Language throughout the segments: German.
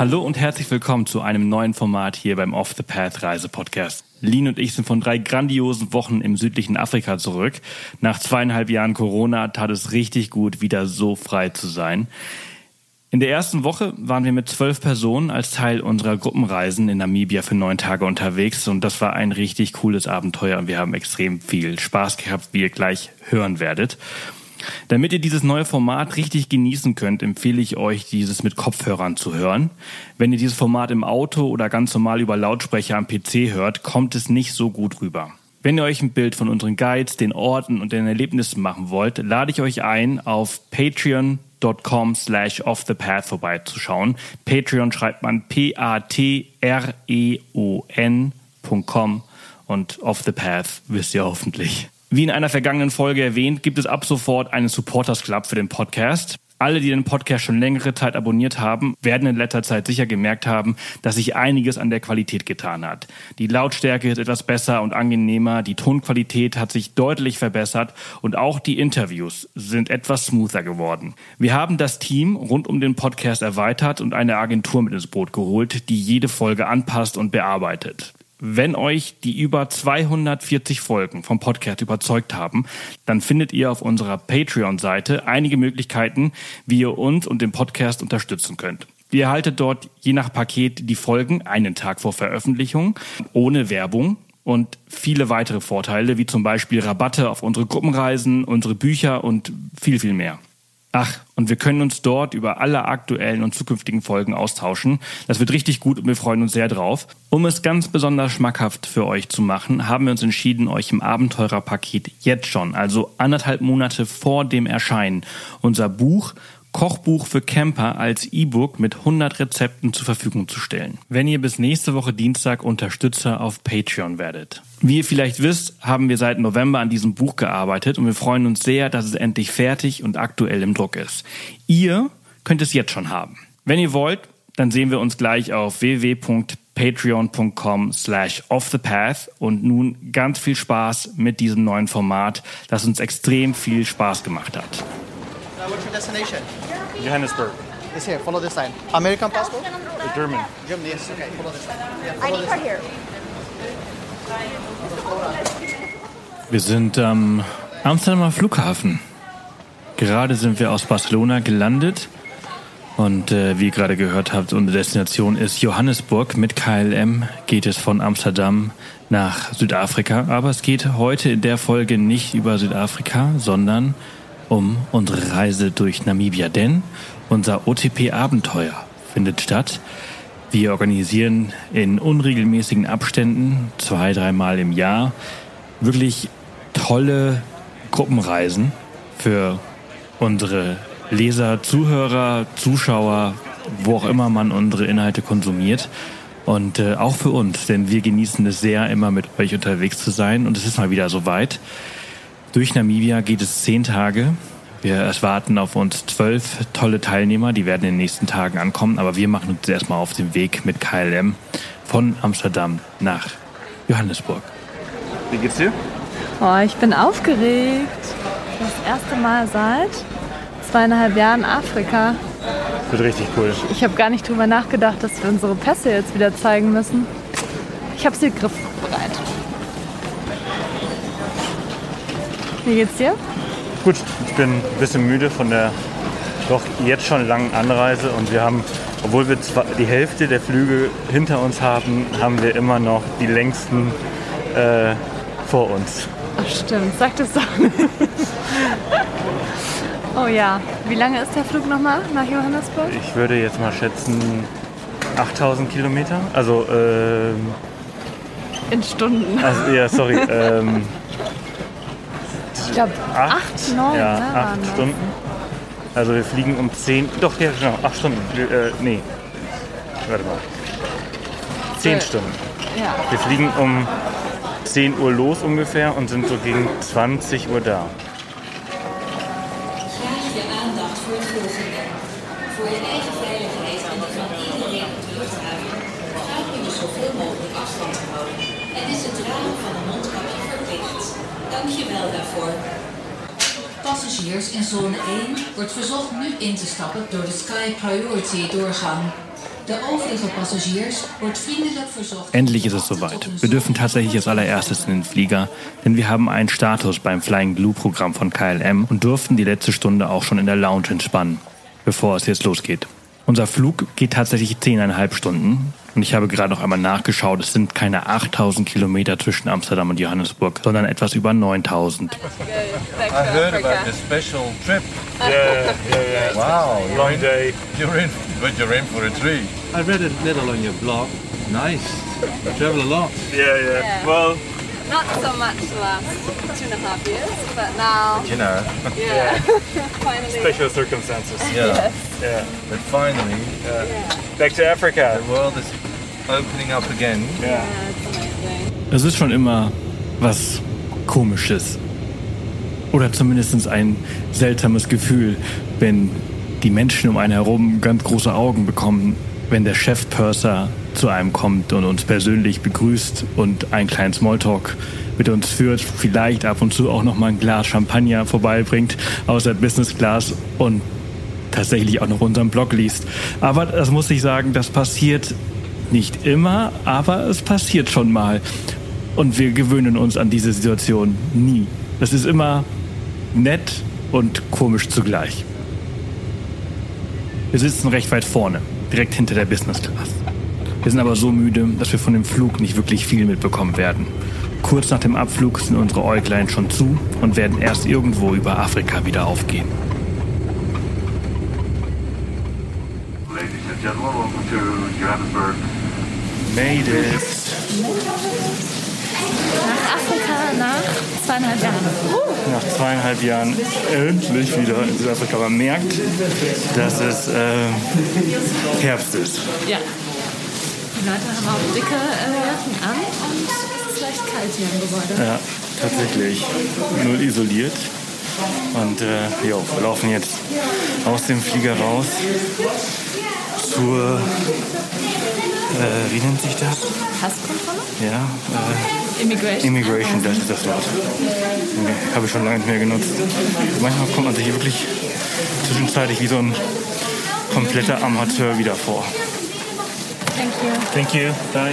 Hallo und herzlich willkommen zu einem neuen Format hier beim Off the Path Reise-Podcast. Lin und ich sind von 3 grandiosen Wochen im südlichen Afrika zurück. Nach 2,5 Jahren Corona tat es richtig gut, wieder so frei zu sein. In der ersten Woche waren wir mit 12 Personen als Teil unserer Gruppenreisen in Namibia für 9 Tage unterwegs und das war ein richtig cooles Abenteuer und wir haben extrem viel Spaß gehabt, wie ihr gleich hören werdet. Damit ihr dieses neue Format richtig genießen könnt, empfehle ich euch, dieses mit Kopfhörern zu hören. Wenn ihr dieses Format im Auto oder ganz normal über Lautsprecher am PC hört, kommt es nicht so gut rüber. Wenn ihr euch ein Bild von unseren Guides, den Orten und den Erlebnissen machen wollt, lade ich euch ein, auf patreon.com/offthepath vorbeizuschauen. Patreon schreibt man patreon.com und Off the Path wisst ihr hoffentlich. Wie in einer vergangenen Folge erwähnt, gibt es ab sofort einen Supporters Club für den Podcast. Alle, die den Podcast schon längere Zeit abonniert haben, werden in letzter Zeit sicher gemerkt haben, dass sich einiges an der Qualität getan hat. Die Lautstärke ist etwas besser und angenehmer, die Tonqualität hat sich deutlich verbessert und auch die Interviews sind etwas smoother geworden. Wir haben das Team rund um den Podcast erweitert und eine Agentur mit ins Boot geholt, die jede Folge anpasst und bearbeitet. Wenn euch die über 240 Folgen vom Podcast überzeugt haben, dann findet ihr auf unserer Patreon-Seite einige Möglichkeiten, wie ihr uns und den Podcast unterstützen könnt. Ihr erhaltet dort je nach Paket die Folgen einen Tag vor Veröffentlichung, ohne Werbung und viele weitere Vorteile, wie zum Beispiel Rabatte auf unsere Gruppenreisen, unsere Bücher und viel, viel mehr. Ach, und wir können uns dort über alle aktuellen und zukünftigen Folgen austauschen. Das wird richtig gut und wir freuen uns sehr drauf. Um es ganz besonders schmackhaft für euch zu machen, haben wir uns entschieden, euch im Abenteurerpaket jetzt schon, also 1,5 Monate vor dem Erscheinen, unser Buch Kochbuch für Camper als E-Book mit 100 Rezepten zur Verfügung zu stellen. Wenn ihr bis nächste Woche Dienstag Unterstützer auf Patreon werdet. Wie ihr vielleicht wisst, haben wir seit November an diesem Buch gearbeitet und wir freuen uns sehr, dass es endlich fertig und aktuell im Druck ist. Ihr könnt es jetzt schon haben. Wenn ihr wollt, dann sehen wir uns gleich auf www.patreon.com/offthepath und nun ganz viel Spaß mit diesem neuen Format, das uns extrem viel Spaß gemacht hat. What's your destination? Johannesburg. It's here. Follow this line. American passport? German. German, yes. Okay, follow this line. Yeah, I follow need this her line. here. Wir sind am Amsterdamer Flughafen. Gerade sind wir aus Barcelona gelandet und wie ihr gerade gehört habt, unsere Destination ist Johannesburg. Mit KLM geht es von Amsterdam nach Südafrika. Aber es geht heute in der Folge nicht über Südafrika, sondern um unsere Reise durch Namibia. Denn unser OTP-Abenteuer findet statt. Wir organisieren in unregelmäßigen Abständen 2-3 Mal im Jahr wirklich tolle Gruppenreisen für unsere Leser, Zuhörer, Zuschauer, wo auch immer man unsere Inhalte konsumiert. Und auch für uns, denn wir genießen es sehr, immer mit euch unterwegs zu sein. Und es ist mal wieder soweit. Durch Namibia geht es 10 Tage. Wir erwarten auf uns 12 tolle Teilnehmer, die werden in den nächsten Tagen ankommen. Aber wir machen uns erstmal auf den Weg mit KLM von Amsterdam nach Johannesburg. Wie geht's dir? Oh, ich bin aufgeregt. Das erste Mal seit 2,5 Jahren Afrika. Wird richtig cool. Ich habe gar nicht drüber nachgedacht, dass wir unsere Pässe jetzt wieder zeigen müssen. Ich habe sie griffbereit. Wie geht's dir? Gut, ich bin ein bisschen müde von der doch jetzt schon langen Anreise und wir haben, obwohl wir zwar die Hälfte der Flüge hinter uns haben, haben wir immer noch die längsten vor uns. Ach stimmt, sag das doch nicht. Oh ja, wie lange ist der Flug nochmal nach Johannesburg? Ich würde jetzt mal schätzen 8.000 Kilometer, also in Stunden. also, ja, sorry, Ich glaube 8, 9, ja, ne, 8 Stunden. Also wir fliegen um 10, doch, ja genau, 8 Stunden, nee, warte mal, 10 Stunden. Ja. Wir fliegen um 10 Uhr los ungefähr und sind so gegen 20 Uhr da. Graag je aandacht voor het volgende. Voor je eigen veiligheid en die van iedereen op de luchthaven vragen we je zoveel mogelijk afstand te houden. En is het dragen van een mondkapje verplicht. Dank je wel daarvoor. Passagiers in zone 1 wordt verzocht nu in te stappen door de Sky Priority doorgang. De overige passagiers wordt vriendelijk verzocht. Endlich ist es soweit. Wir dürfen tatsächlich als allererstes in den Flieger, denn wir haben einen Status beim Flying Blue-Programm von KLM und durften die letzte Stunde auch schon in der Lounge entspannen, bevor es jetzt losgeht. Unser Flug geht tatsächlich 10,5 Stunden und ich habe gerade noch einmal nachgeschaut, es sind keine 8.000 Kilometer zwischen Amsterdam und Johannesburg, sondern etwas über 9.000. I heard about this special trip. Yeah. Wow, Long day. You're in for a treat. I read a little on your blog. Nice. You travel a lot. Yeah. Well, Not so much the last 2.5 years, but now, You know. yeah, finally. special circumstances. Yeah. Yeah. But finally, Back to Africa. the world is opening up again. Yeah. Es ist schon immer was Komisches. Oder zumindest ein seltsames Gefühl, wenn die Menschen um einen herum ganz große Augen bekommen, wenn der Chefpurser zu einem kommt und uns persönlich begrüßt und einen kleinen Smalltalk mit uns führt, vielleicht ab und zu auch noch mal ein Glas Champagner vorbeibringt aus der Business Class und tatsächlich auch noch unseren Blog liest. Aber das muss ich sagen, das passiert nicht immer, aber es passiert schon mal. Und wir gewöhnen uns an diese Situation nie. Es ist immer nett und komisch zugleich. Wir sitzen recht weit vorne, direkt hinter der Business Class. Wir sind aber so müde, dass wir von dem Flug nicht wirklich viel mitbekommen werden. Kurz nach dem Abflug sind unsere Äuglein schon zu und werden erst irgendwo über Afrika wieder aufgehen. Ladies and gentlemen, welcome to Johannesburg. Made it. Nach Afrika nach 2,5 Jahren. Nach 2,5 Jahren endlich wieder in Südafrika. Man merkt, dass es Herbst ist. Ja. Die Leute haben auch dicke Jacken an und es ist leicht kalt hier im Gebäude. Ja, tatsächlich. Null isoliert. Und wir laufen jetzt aus dem Flieger raus zur, wie nennt sich das? Passkontrolle? Ja, Immigration. das ist das Wort. Okay, habe ich schon lange nicht mehr genutzt. Manchmal kommt man sich hier wirklich zwischenzeitlich wie so ein kompletter Amateur wieder vor. Thank you. Thank you. Bye.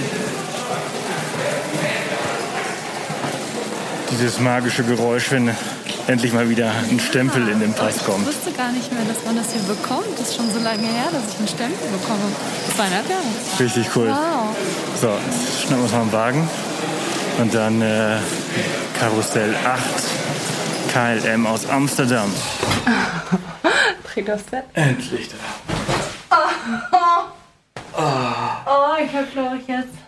Dieses magische Geräusch, wenn endlich mal wieder ein Stempel in den Pass kommt. Ich wusste gar nicht mehr, dass man das hier bekommt. Das ist schon so lange her, dass ich einen Stempel bekomme. 2,5 Jahre. Richtig cool. Wow. So, jetzt schnappen wir uns mal einen Wagen. Und dann Karussell 8, KLM aus Amsterdam. Dreh das Bett. Endlich da. Oh, ich habe, glaube ich, jetzt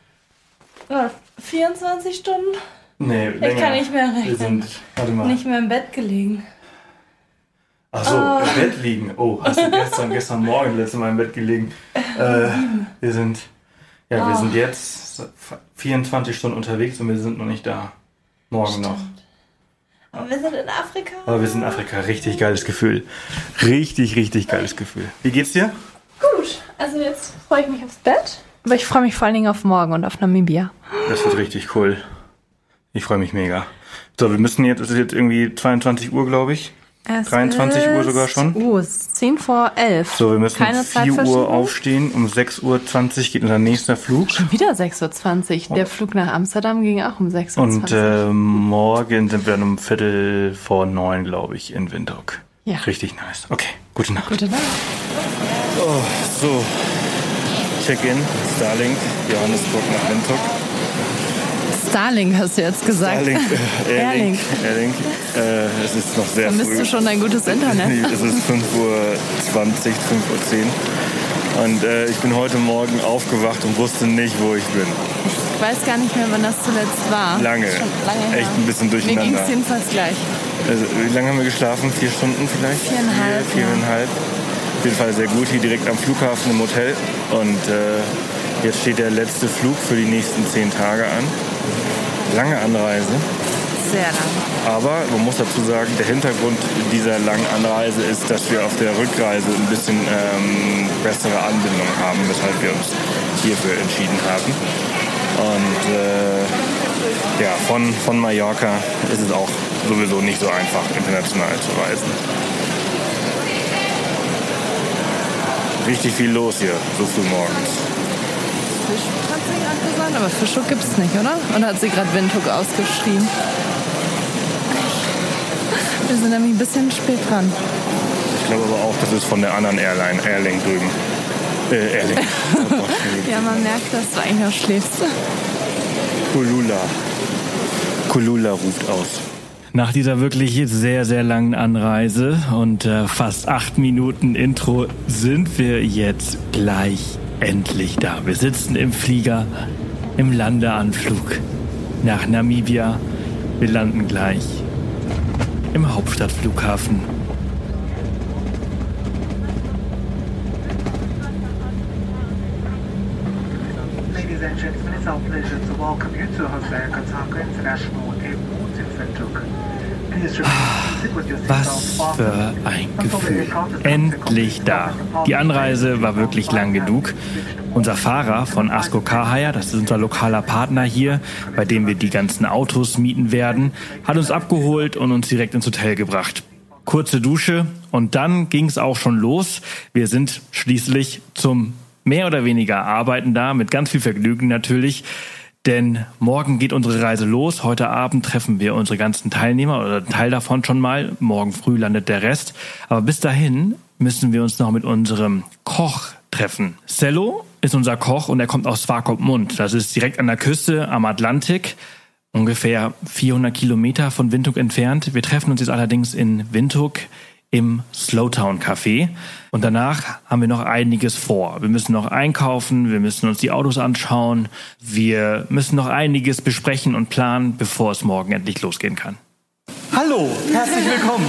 24 Stunden Nee, länger. Ich kann nicht mehr rechnen. Wir sind, warte mal. nicht mehr im Bett gelegen. Ach so, im Bett liegen. Oh, hast du gestern Morgen letztes Mal im Bett gelegen? Wir sind jetzt 24 Stunden unterwegs und wir sind noch nicht da. Morgen noch. Aber wir sind in Afrika. Aber wir sind in Afrika. Richtig geiles Gefühl. Richtig, richtig geiles Gefühl. Wie geht's dir? Gut, also jetzt freue ich mich aufs Bett. Aber ich freue mich vor allen Dingen auf morgen und auf Namibia. Das wird richtig cool. Ich freue mich mega. So, wir müssen jetzt, es ist jetzt irgendwie 22 Uhr, glaube ich. 23 Uhr sogar schon. Es ist 10 vor 11. So, wir müssen Keine um 4 Uhr Zeitverschiebung? aufstehen. Um 6.20 Uhr geht unser nächster Flug. Schon wieder 6.20 Uhr. Der Flug nach Amsterdam ging auch um 6.20 Uhr. Und morgen sind wir dann um 8:45, glaube ich, in Windhoek. Ja. Richtig nice. Okay, gute Nacht. Gute Nacht. Oh, so, Check-in, Starlink, Johannesburg nach Windhoek. Starlink hast du jetzt gesagt. Starlink, Airlink. Airlink. Es ist noch sehr Vermisst früh. du schon ein gutes Internet? Es ist 5:20 Uhr, 5:10 Uhr. Und ich bin heute Morgen aufgewacht und wusste nicht, wo ich bin. Ich weiß gar nicht mehr, wann das zuletzt war. Lange. Schon lange her. Echt ein bisschen Mir ging durcheinander. es jedenfalls gleich. Also, wie lange haben wir geschlafen? 4 Stunden vielleicht? 4,5, 4,5. Auf jeden Fall sehr gut, hier direkt am Flughafen im Hotel. Und jetzt steht der letzte Flug für die nächsten 10 Tage an. Lange Anreise. Sehr lang. Aber man muss dazu sagen, der Hintergrund dieser langen Anreise ist, dass wir auf der Rückreise ein bisschen bessere Anbindung haben, weshalb wir uns hierfür entschieden haben. Und ja, von Mallorca ist es auch sowieso nicht so einfach, international zu reisen. Richtig viel los hier, so früh morgens. Fischhook hat sie gerade gesagt, aber Fischhook gibt es nicht, oder? Oder hat sie gerade Windhoek ausgeschrieben? Wir sind nämlich ein bisschen spät dran. Ich glaube aber auch, das ist von der anderen Airline drüben. Airline. Oh Gott, Ja, man merkt, dass du eigentlich noch schläfst. Kulula ruft aus. Nach dieser wirklich sehr, sehr langen Anreise und fast 8 Minuten Intro sind wir jetzt gleich endlich da. Wir sitzen im Flieger im Landeanflug nach Namibia. Wir landen gleich im Hauptstadtflughafen. Ladies and gentlemen, it's our pleasure to welcome you to Jose Katanga International Airport in Windhoek. Please remain seated with your Was seatbelt für ein Gefühl. Endlich da. Die Anreise war wirklich lang genug. Unser Fahrer von Asko Car, das ist unser lokaler Partner hier, bei dem wir die ganzen Autos mieten werden, hat uns abgeholt und uns direkt ins Hotel gebracht. Kurze Dusche und dann ging es auch schon los. Wir sind schließlich zum mehr oder weniger Arbeiten da, mit ganz viel Vergnügen natürlich. Denn morgen geht unsere Reise los. Heute Abend treffen wir unsere ganzen Teilnehmer oder einen Teil davon schon mal. Morgen früh landet der Rest. Aber bis dahin müssen wir uns noch mit unserem Koch treffen. Cello ist unser Koch und er kommt aus Swakopmund. Das ist direkt an der Küste am Atlantik, ungefähr 400 Kilometer von Windhoek entfernt. Wir treffen uns jetzt allerdings in Windhoek im Slowtown Café. Und danach haben wir noch einiges vor. Wir müssen noch einkaufen, wir müssen uns die Autos anschauen, wir müssen noch einiges besprechen und planen, bevor es morgen endlich losgehen kann. Hallo, herzlich willkommen.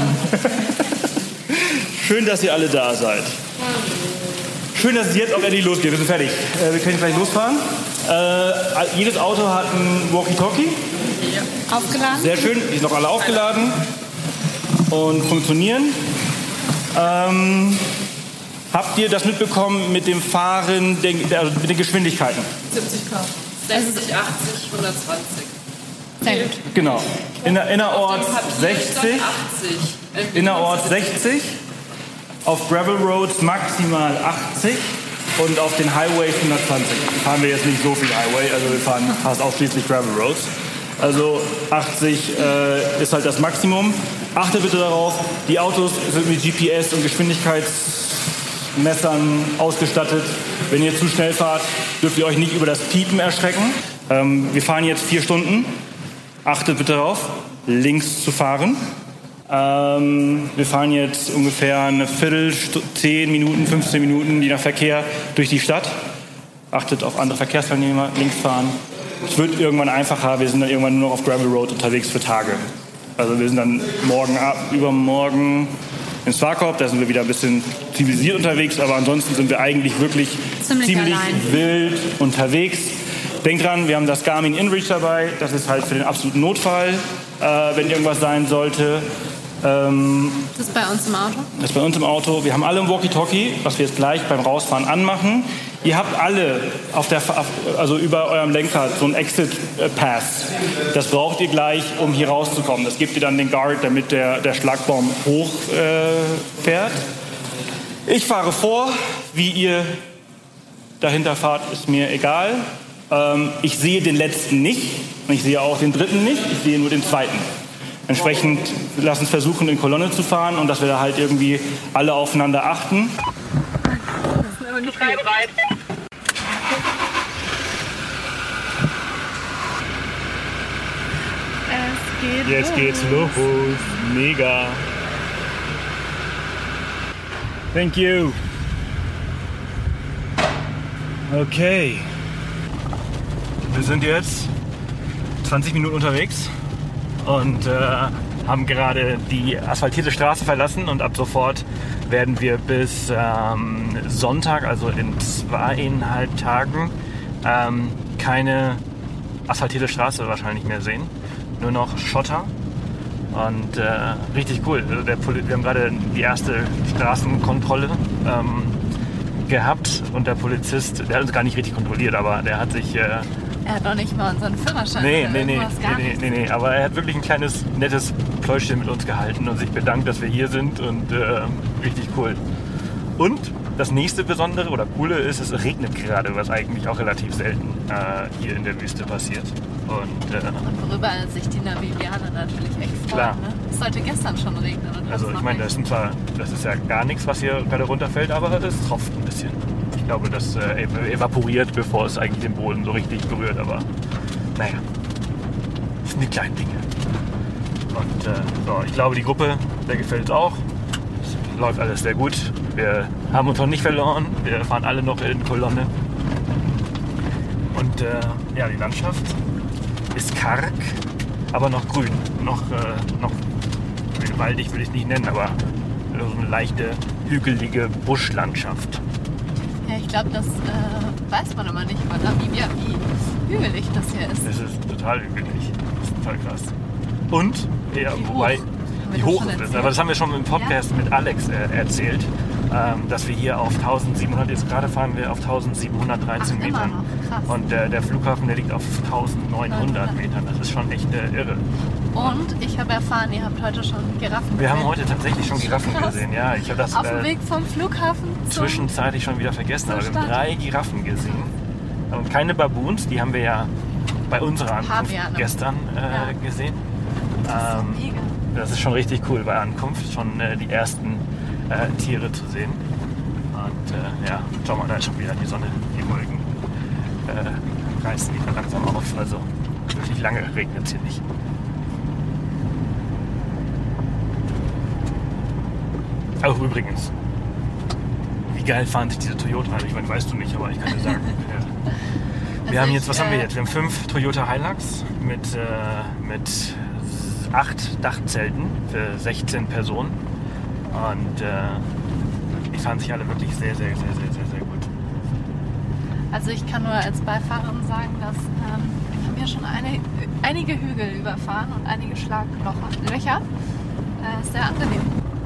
Schön, dass ihr alle da seid. Schön, dass es jetzt auch endlich losgeht. Wir sind fertig. Wir können gleich losfahren. Jedes Auto hat ein Walkie-Talkie. Ja. Aufgeladen? Sehr schön, die sind noch alle aufgeladen und funktionieren. Habt ihr das mitbekommen mit dem Fahren, mit den Geschwindigkeiten? 70 km. 60, 80, 120. Sehr gut. Genau. Innerorts 60. Innerorts 60. Auf Gravel Roads maximal 80. Und auf den Highways 120. Fahren wir jetzt nicht so viel Highway, also wir fahren fast ausschließlich Gravel Roads. Also 80 ist halt das Maximum. Achtet bitte darauf, die Autos sind mit GPS und Geschwindigkeitsmessern ausgestattet. Wenn ihr zu schnell fahrt, dürft ihr euch nicht über das Piepen erschrecken. Wir fahren jetzt 4 Stunden. Achtet bitte darauf, links zu fahren. Wir fahren jetzt ungefähr eine 10 Minuten, 15 Minuten, je nach Verkehr, durch die Stadt. Achtet auf andere Verkehrsteilnehmer, links fahren. Es wird irgendwann einfacher, wir sind dann irgendwann nur noch auf Gravel Road unterwegs für Tage. Also wir sind dann übermorgen in Swakop, da sind wir wieder ein bisschen zivilisiert unterwegs, aber ansonsten sind wir eigentlich wirklich ziemlich wild unterwegs. Denkt dran, wir haben das Garmin InReach dabei, das ist halt für den absoluten Notfall, wenn irgendwas sein sollte. Das ist bei uns im Auto? Das ist bei uns im Auto. Wir haben alle ein Walkie-Talkie, was wir jetzt gleich beim Rausfahren anmachen. Ihr habt alle also über eurem Lenkrad so einen Exit-Pass. Das braucht ihr gleich, um hier rauszukommen. Das gebt ihr dann den Guard, damit der Schlagbaum hochfährt. Ich fahre vor. Wie ihr dahinter fahrt, ist mir egal. Ich sehe den letzten nicht und ich sehe auch den dritten nicht. Ich sehe nur den zweiten. Entsprechend lass uns versuchen, in Kolonne zu fahren und dass wir da halt irgendwie alle aufeinander achten. Jetzt geht's los. Mega. Thank you. Okay. Wir sind jetzt 20 Minuten unterwegs und haben gerade die asphaltierte Straße verlassen und ab sofort werden wir bis Sonntag, also in 2,5 Tagen, keine asphaltierte Straße wahrscheinlich mehr sehen. Nur noch Schotter und richtig cool. Also wir haben gerade die erste Straßenkontrolle gehabt und der Polizist, der hat uns gar nicht richtig kontrolliert, aber der hat sich... er hat noch nicht mal unseren Führerschein. Nee, aber er hat wirklich ein kleines, nettes Pläuschchen mit uns gehalten und sich bedankt, dass wir hier sind und richtig cool. Und Das nächste Besondere oder Coole ist, es regnet gerade, was eigentlich auch relativ selten hier in der Wüste passiert. Und worüber sich die Namibianer natürlich echt freuen. Klar. Ne? Es sollte gestern schon regnen. Und also ich meine, das ist ja gar nichts, was hier gerade runterfällt, aber es tropft ein bisschen. Ich glaube, das evaporiert, bevor es eigentlich den Boden so richtig berührt, aber naja, das sind die kleinen Dinge. Und so, ich glaube, die Gruppe, der gefällt es auch. Es läuft alles sehr gut. Wir haben uns noch nicht verloren. Wir fahren alle noch in Kolonne. Und ja, die Landschaft ist karg, aber noch grün. Noch waldig würde ich es nicht nennen, aber so eine leichte, hügelige Buschlandschaft. Ja, ich glaube, das weiß man immer nicht über Namibia, wie hügelig das hier ist. Es ist total hügelig. Das ist total krass. Und, ja, wie hoch es ist. Aber das haben wir schon im Podcast mit Alex erzählt, dass wir hier auf 1700, jetzt gerade fahren wir auf 1713 Metern. Und der Flughafen, der liegt auf 1900 Metern. Das ist schon echt irre. Und ich habe erfahren, ihr habt heute schon Giraffen gesehen. Wir haben heute tatsächlich schon Giraffen gesehen, ja. Ich habe das auf dem Weg vom Flughafen zwischenzeitlich schon wieder vergessen, aber wir haben 3 Giraffen gesehen. Und keine Baboons, die haben wir ja bei unserer Ankunft gestern gesehen. Das ist schon richtig cool bei Ankunft, schon die ersten Tiere zu sehen. Und ja, schau mal, da ist schon wieder die Sonne, die Wolken reißen wieder langsam auf. Also wirklich lange regnet es hier nicht. Auch übrigens, wie geil fahren sich diese Toyota? Ich meine, weißt du nicht, aber ich kann dir sagen. Wir haben jetzt, was haben wir jetzt? Wir haben 5 Toyota Hilux mit 8 Dachzelten für 16 Personen. Und die fahren sich alle wirklich sehr, sehr, sehr, sehr, sehr, sehr gut. Also ich kann nur als Beifahrerin sagen, dass wir haben ja schon einige Hügel überfahren und einige Schlaglöcher. Ist sehr angenehm.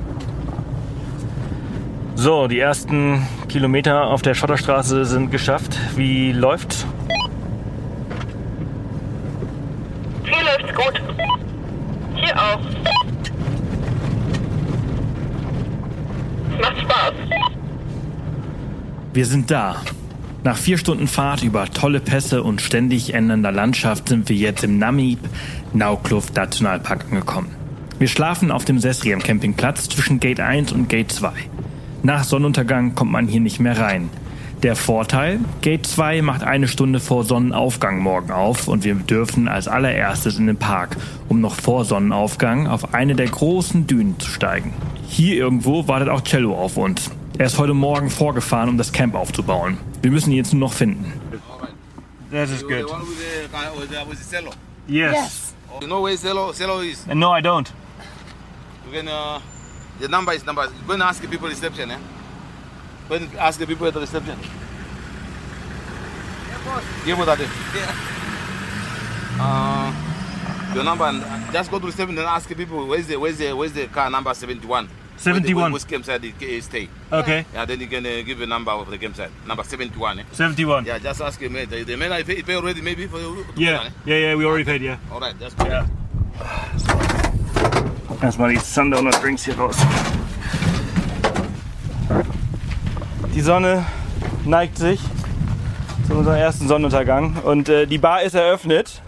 So, die ersten Kilometer auf der Schotterstraße sind geschafft. Wie läuft's? Hier läuft's gut. Hier auch. Macht Spaß. Wir sind da. Nach 4 Stunden Fahrt über tolle Pässe und ständig ändernder Landschaft sind wir jetzt im Namib-Naukluft Nationalpark angekommen. Wir schlafen auf dem Sesriem Campingplatz zwischen Gate 1 und Gate 2. Nach Sonnenuntergang kommt man hier nicht mehr rein. Der Vorteil, Gate 2 macht 1 Stunde vor Sonnenaufgang morgen auf und wir dürfen als allererstes in den Park, um noch vor Sonnenaufgang auf eine der großen Dünen zu steigen. Hier irgendwo wartet auch Cello auf uns. Er ist heute Morgen vorgefahren, um das Camp aufzubauen. Wir müssen ihn jetzt nur noch finden. That is good. Yes. You know where Cello is? No, I don't. You can, the number is number. Go and ask the people at the reception, eh? Go and ask the people at the reception. Yeah, boss. Your number, and just go to the reception and ask the people where's the car number 71. 71. Which campsite they stay. Okay. Yeah, then you can give a number of the campsite. Number 71. Eh? 71. Yeah, just ask him. The man I pay already maybe for you. Yeah, we already paid, yeah. Alright, that's good. Yeah. Erstmal die Sundowner Drinks hier raus. Die Sonne neigt sich zu unserem ersten Sonnenuntergang und die Bar ist eröffnet.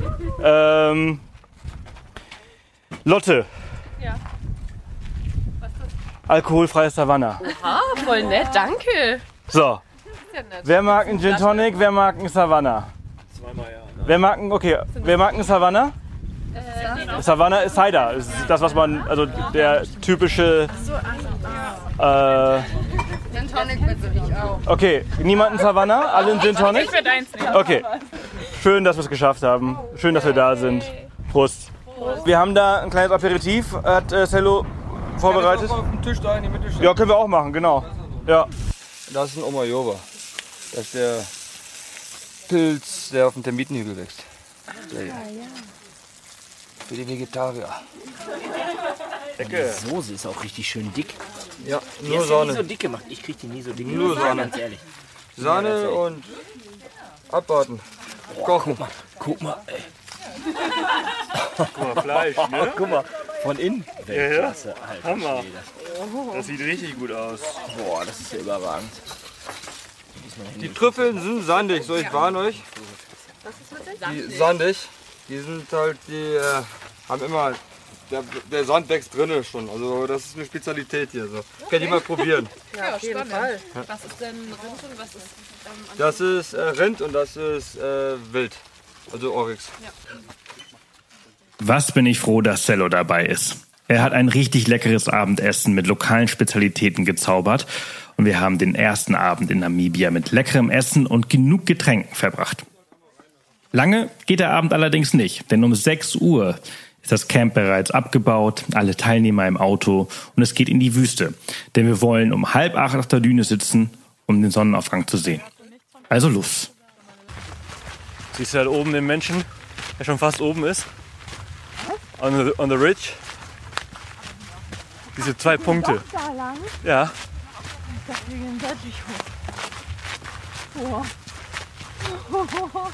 Lotte. Ja. Alkoholfreies Savannah. Aha, voll nett, danke. So. Ja nett. Wer mag einen Gin Tonic, wer mag einen Savannah? Zweimal ja. Wer mag einen Savannah? Savannah ist Cider. Das ist das, was man, also der typische... Gin Tonic bitte, ich auch. Okay, niemand einen Savannah? Alle einen Gin Tonic? Ich würde eins nehmen. Okay. Schön, dass wir es geschafft haben. Schön, dass wir da sind. Prost. Wir haben da ein kleines Aperitif, hat Cello vorbereitet. Auf dem Tisch da in die Mitte stellen. Ja, können wir auch machen, genau. Ja. Das ist ein Omajoba. Das ist der Pilz, der auf dem Termitenhügel wächst. Der hier. Für die Vegetarier. Die Soße ist auch richtig schön dick. Ja, Die nur ist ja Sahne. nie so dick gemacht. Ich krieg die nie so dick Nur gemacht. Sahne. Ganz ehrlich. Sahne und abwarten. Kochen. Guck mal, ey. Guck mal, Fleisch, ne? Guck mal, von innen. Ja, Weltklasse, ja. Alter Hammer. Schwede. Das sieht richtig gut aus. Boah, das ist ja überragend. Die Trüffeln sind sandig, so ich warne euch. Was ist mit dem? Die sandig. Die sind halt, haben immer, der Sand wächst drinnen schon. Also das ist eine Spezialität hier. So. Könnt ihr mal probieren. Ja, auf jeden Fall. Was ist denn Rind und was ist Das ist Rind und das ist Wild. Also Oryx. Ja. Was bin ich froh, dass Cello dabei ist. Er hat ein richtig leckeres Abendessen mit lokalen Spezialitäten gezaubert und wir haben den ersten Abend in Namibia mit leckerem Essen und genug Getränken verbracht. Lange geht der Abend allerdings nicht, denn um 6 Uhr ist das Camp bereits abgebaut, alle Teilnehmer im Auto und es geht in die Wüste, denn wir wollen um 7:30 auf der Düne sitzen, um den Sonnenaufgang zu sehen. Also los. Siehst du halt oben den Menschen, der schon fast oben ist? On the ridge. Diese 2 Punkte. Da lang? Ja. Ich dachte, wir gehen wirklich hoch. Boah.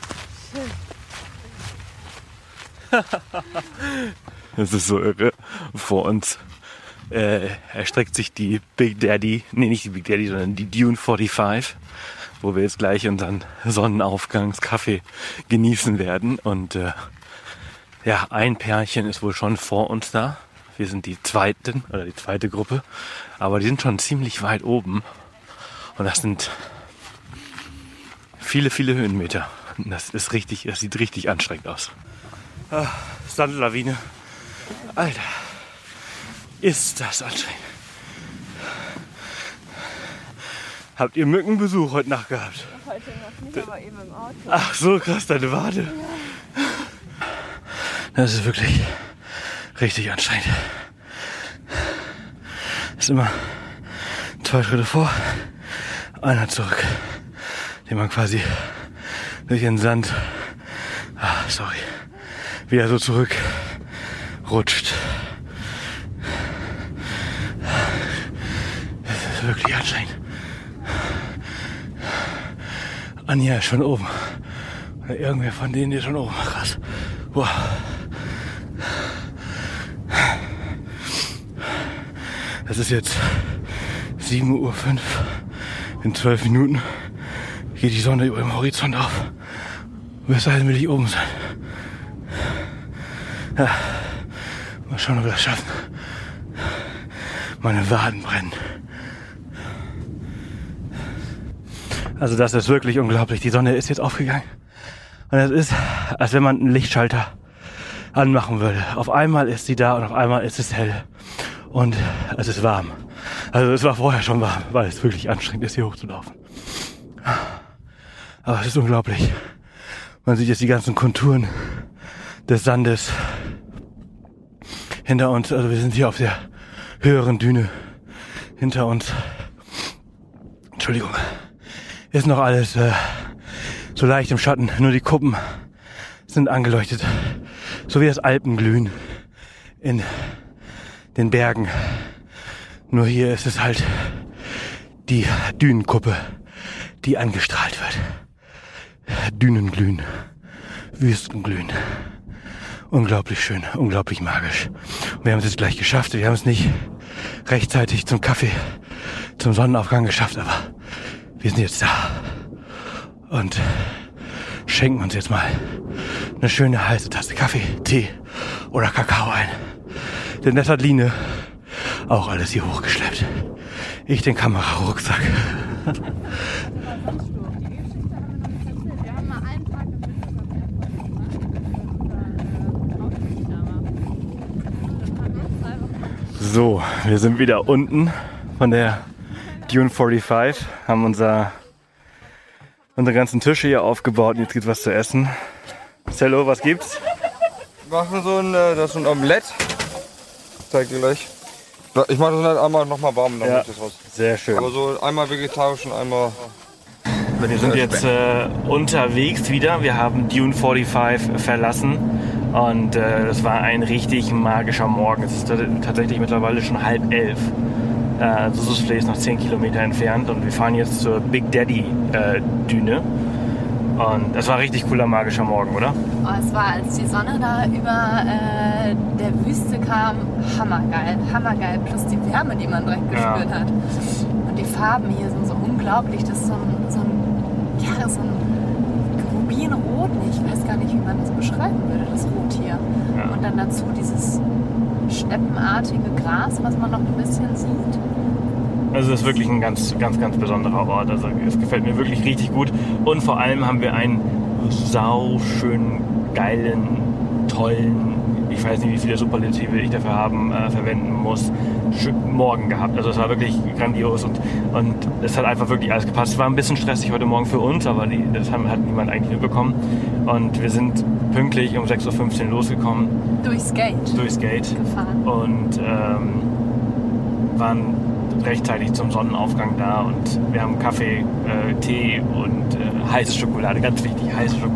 Das ist so irre. Vor uns erstreckt sich die Big Daddy, nee nicht die Big Daddy, sondern die Dune 45, wo wir jetzt gleich unseren Sonnenaufgangskaffee genießen werden. Und ja, ein Pärchen ist wohl schon vor uns da. Wir sind die zweite Gruppe. Aber die sind schon ziemlich weit oben. Und das sind viele, viele Höhenmeter. Und das sieht richtig anstrengend aus. Sandlawine. Alter, ist das anstrengend. Habt ihr Mückenbesuch heute Nacht gehabt? Heute noch nicht, aber eben im Auto. Ach so, krass, deine Wade. Ja. Das ist wirklich richtig anstrengend. Ist immer 2 Schritte vor, einer zurück, den man quasi durch den Sand, wieder so zurück rutscht. Das ist wirklich anstrengend. Anja ist schon oben. Oder irgendwer von denen ist schon oben. Krass. Wow. Das ist jetzt 7:05 Uhr. In 12 Minuten geht die Sonne über dem Horizont auf. Bis dahin will ich oben sein. Ja. Mal schauen, ob wir das schaffen. Meine Waden brennen. Also das ist wirklich unglaublich. Die Sonne ist jetzt aufgegangen. Und es ist, als wenn man einen Lichtschalter anmachen würde. Auf einmal ist sie da und auf einmal ist es hell. Und es ist warm. Also es war vorher schon warm, weil es wirklich anstrengend ist, hier hochzulaufen. Aber es ist unglaublich. Man sieht jetzt die ganzen Konturen des Sandes hinter uns. Also wir sind hier auf der höheren Düne hinter uns. Entschuldigung. Ist noch alles so leicht im Schatten. Nur die Kuppen sind angeleuchtet. So wie das Alpenglühen in den Bergen. Nur hier ist es halt die Dünenkuppe, die angestrahlt wird. Dünenglühen, Wüstenglühen. Unglaublich schön, unglaublich magisch. Und wir haben es jetzt gleich geschafft. Wir haben es nicht rechtzeitig zum Kaffee, zum Sonnenaufgang geschafft, aber wir sind jetzt da und schenken uns jetzt mal eine schöne heiße Tasse Kaffee, Tee oder Kakao ein. Denn das hat Line auch alles hier hochgeschleppt. Ich den Kamerarucksack. So, wir sind wieder unten von der Dune 45, haben unsere ganzen Tische hier aufgebaut und jetzt gibt's was zu essen. Cello, was gibt's? Wir machen das ist ein Omelett. Zeig dir gleich. Ich mache das einmal nochmal warm, dann ja, das raus. Sehr schön. Aber so einmal vegetarisch und einmal... Wir sind jetzt unterwegs wieder. Wir haben Dune 45 verlassen. Und das war ein richtig magischer Morgen. Es ist tatsächlich mittlerweile schon 10:30. Susufle ist noch 10 Kilometer entfernt und wir fahren jetzt zur Big Daddy Düne. Und es war ein richtig cooler, magischer Morgen, oder? Oh, es war, als die Sonne da über der Wüste kam, hammergeil. Hammergeil. Plus die Wärme, die man direkt gespürt hat. Und die Farben hier sind so unglaublich. Das ist so ein Rubinrot. Ich weiß gar nicht, wie man das beschreiben würde, das Rot hier. Ja. Und dann dazu dieses steppenartige Gras, was man noch ein bisschen sieht. Also es ist wirklich ein ganz, ganz, ganz besonderer Ort. Also es gefällt mir wirklich richtig gut. Und vor allem haben wir einen sauschönen, geilen, tollen, ich weiß nicht, wie viele Superlative ich dafür verwenden muss, Morgen gehabt. Also es war wirklich grandios und es hat einfach wirklich alles gepasst. Es war ein bisschen stressig heute Morgen für uns, aber das hat niemand eigentlich mitbekommen. Und wir sind pünktlich um 6.15 Uhr losgekommen. Durchs Gate gefahren. Und waren rechtzeitig zum Sonnenaufgang da und wir haben Kaffee, Tee und heiße Schokolade, ganz wichtig,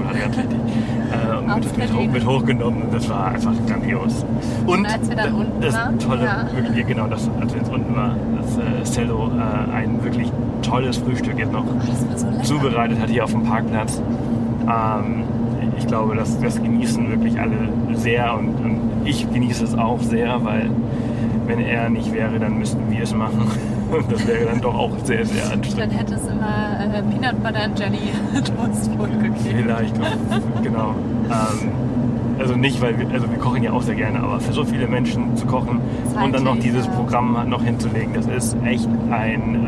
mit hochgenommen und das war einfach grandios. Und als wir dann unten waren, Tolle, wirklich, genau, als wir jetzt unten waren, dass Cello ein wirklich tolles Frühstück jetzt noch zubereitet hat hier auf dem Parkplatz. Ich glaube, das genießen wirklich alle sehr und ich genieße es auch sehr, weil wenn er nicht wäre, dann müssten wir es machen. Und das wäre dann doch auch sehr, sehr anstrengend. Dann hätte es immer Peanut Butter and Jelly Toastbrot gegeben. Vielleicht, genau. Also nicht, weil wir kochen ja auch sehr gerne, aber für so viele Menschen zu kochen und dann noch dieses Programm noch hinzulegen, das ist echt ein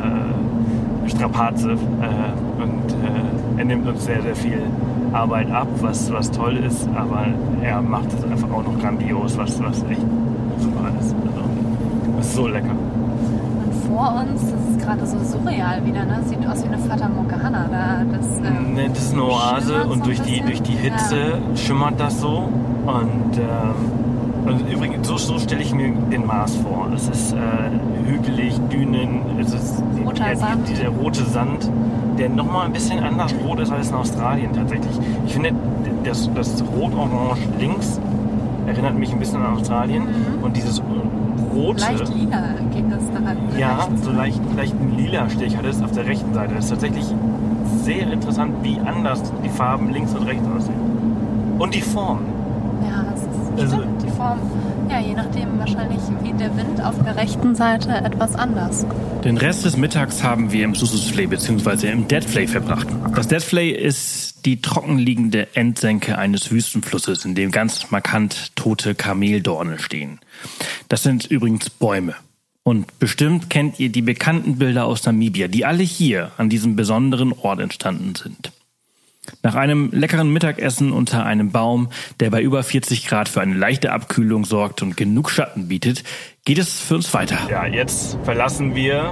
Strapaze. Und er nimmt uns sehr, sehr viel Arbeit ab, was toll ist, aber er macht es einfach auch noch grandios, was echt super ist. Also, das ist so lecker. Und vor uns, das ist gerade so surreal wieder, ne? Sieht aus wie eine Fata Morgana da. Das ist eine Oase und durch die Hitze schimmert das so. Und übrigens, so stelle ich mir den Mars vor. Es ist hügelig, Dünen, es ist dieser rote Sand, der nochmal ein bisschen anders rot ist als in Australien tatsächlich. Ich finde, das Rot-Orange links erinnert mich ein bisschen an Australien und dieses rote... Leicht lila geht das dann. Ja, so leicht einen lila Stich hat es auf der rechten Seite. Das ist tatsächlich sehr interessant, wie anders die Farben links und rechts aussehen. Und die Form. Ja, das ist stimmt, die Form. Ja, je nachdem wahrscheinlich wie der Wind auf der rechten Seite etwas anders. Den Rest des Mittags haben wir im Sussusvlei bzw. im Deadvlei verbracht. Das Deadvlei ist die trockenliegende Endsenke eines Wüstenflusses, in dem ganz markant tote Kameldorne stehen. Das sind übrigens Bäume. Und bestimmt kennt ihr die bekannten Bilder aus Namibia, die alle hier an diesem besonderen Ort entstanden sind. Nach einem leckeren Mittagessen unter einem Baum, der bei über 40 Grad für eine leichte Abkühlung sorgt und genug Schatten bietet, geht es für uns weiter. Ja, jetzt verlassen wir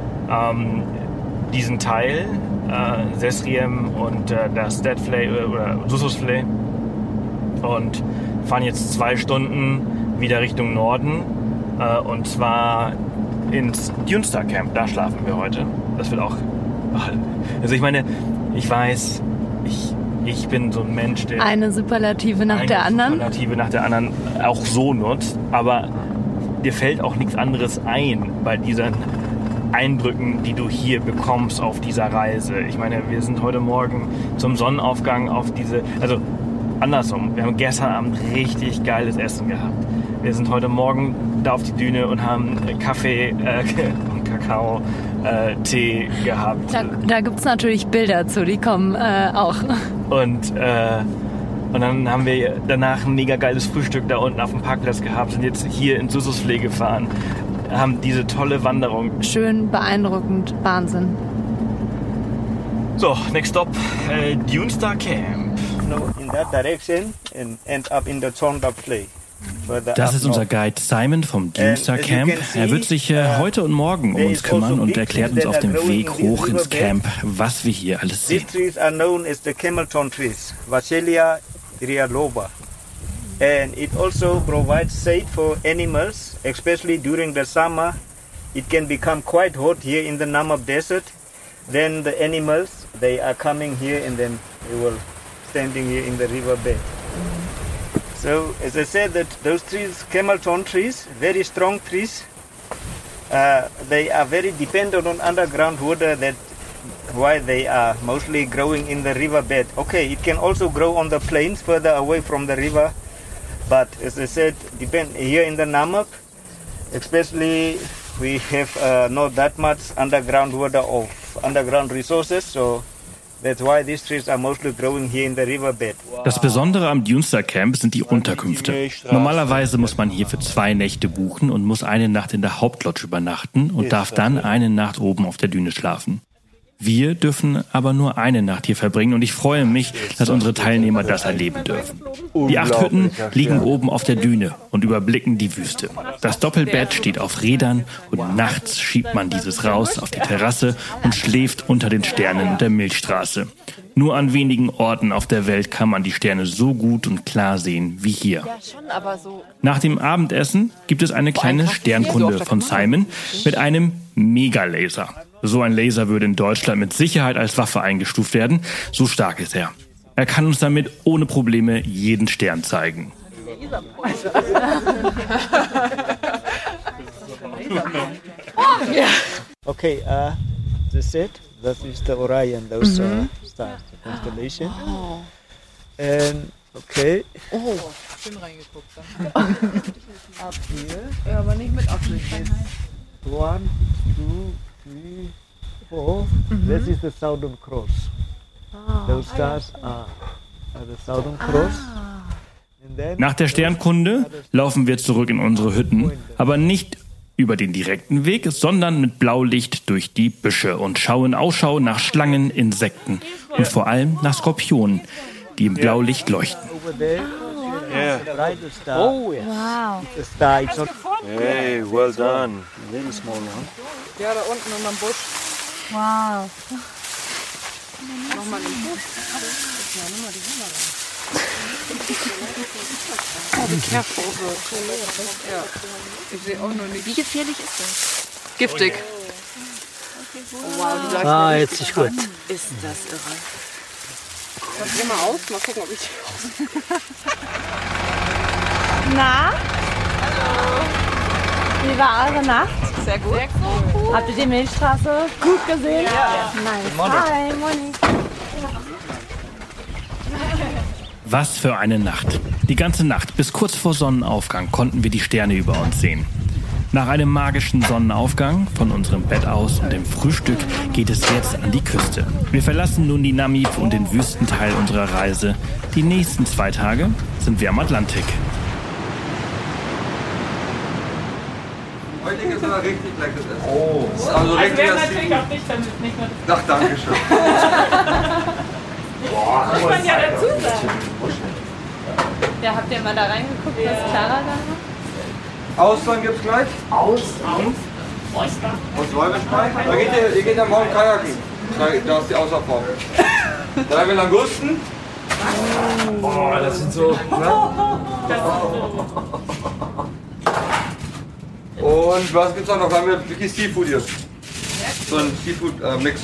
diesen Teil, Sesriem und das Deadvlei oder Sussusvlei und fahren jetzt 2 Stunden wieder Richtung Norden und zwar ins Dunestar Camp. Da schlafen wir heute. Das wird auch... Also ich meine, ich weiß... Ich bin so ein Mensch, der eine Superlative nach der anderen auch so nutzt, aber dir fällt auch nichts anderes ein bei diesen Eindrücken, die du hier bekommst auf dieser Reise. Ich meine, wir sind heute Morgen zum Sonnenaufgang andersrum, wir haben gestern Abend richtig geiles Essen gehabt. Wir sind heute Morgen da auf die Düne und haben Kaffee und Kakao, Tee gehabt. Da gibt es natürlich Bilder zu, die kommen auch. Und dann haben wir danach ein mega geiles Frühstück da unten auf dem Parkplatz gehabt, sind jetzt hier in Sussusvlei gefahren, haben diese tolle Wanderung. Schön, beeindruckend, Wahnsinn. So, next stop, Dunestar Camp. In that direction and end up in the Chondapvlei. Das ist unser Guide Simon vom Dunestar Camp. Er wird sich heute und morgen um uns kümmern und erklärt uns auf dem Weg hoch ins Camp, was wir hier alles sehen. These trees are known as the camelthorn trees, Vachellia realoba. And it also provides shade for animals, especially during the summer. It can become quite hot here in the Namib Desert. Then the animals, they are coming here and then they will standing here in the riverbed. So, as I said, that those trees, camelthorn trees, very strong trees, they are very dependent on underground water that why they are mostly growing in the riverbed. Okay, it can also grow on the plains further away from the river, but as I said, depend here in the Namib, especially we have not that much underground water or underground resources, so that's why these trees are mostly growing here in the riverbed. Das Besondere am Dunster Camp sind die Unterkünfte. Normalerweise muss man hier für 2 Nächte buchen und muss eine Nacht in der Hauptlodge übernachten und darf dann eine Nacht oben auf der Düne schlafen. Wir dürfen aber nur eine Nacht hier verbringen und ich freue mich, dass unsere Teilnehmer das erleben dürfen. Die 8 Hütten liegen oben auf der Düne und überblicken die Wüste. Das Doppelbett steht auf Rädern und nachts schiebt man dieses raus auf die Terrasse und schläft unter den Sternen und der Milchstraße. Nur an wenigen Orten auf der Welt kann man die Sterne so gut und klar sehen wie hier. Ja, schon, aber so. Nach dem Abendessen gibt es eine kleine Sternkunde von Simon mit einem Megalaser. So ein Laser würde in Deutschland mit Sicherheit als Waffe eingestuft werden. So stark ist er. Er kann uns damit ohne Probleme jeden Stern zeigen. Okay, that's it. That is the Orion, those stars, the constellation. Oh. And okay. Oh, schön reingeguckt. Ab hier. Ja, aber nicht mit Absicht. 1, 2, 3, 4. This is the Southern Cross. Those stars are the Southern Cross. Nach der Sternkunde laufen wir zurück in unsere Hütten, aber nicht über den direkten Weg, sondern mit Blaulicht durch die Büsche und schauen Ausschau nach Schlangen, Insekten und vor allem nach Skorpionen, die im Blaulicht leuchten. Oh, yes. Wow. The star, it's not Hey, well done. very small one. Ja, da unten unterm Busch. Wow. Mach mal den Busch. Ja, nimm mal die Hühner rein. Oh, be careful. Ja. Ich sehe auch noch nicht. Wie gefährlich ist das? Giftig. Oh, wow, die leuchten Ah, richtig jetzt ist gut. an. Ist das irre. Ich geh mal aus, mal gucken, ob ich Na? Wie war eure Nacht? Sehr gut. Habt ihr die Milchstraße gut gesehen? Ja. Nice. Hi, Moni. Was für eine Nacht. Die ganze Nacht bis kurz vor Sonnenaufgang konnten wir die Sterne über uns sehen. Nach einem magischen Sonnenaufgang von unserem Bett aus und dem Frühstück geht es jetzt an die Küste. Wir verlassen nun die Namib und den Wüstenteil unserer Reise. Die nächsten 2 Tage sind wir am Atlantik. Heute gibt es aber richtig leckeres Essen. Oh. Das ist also richtig wäre natürlich auch nicht mit. Ach, danke schön. Boah, muss man ja dazu sagen. Ja, habt ihr mal da reingeguckt, was Clara da hat? Austern gibt's gleich. Austern? Aus Wolvenstein. Ihr geht am Morgen kajaken. Da ist die Außerform. 3 Langusten. Oh, das sind so. Ne? Und was gibt's auch noch? Da haben wir wirklich Seafood hier. So ein Seafood-Mix.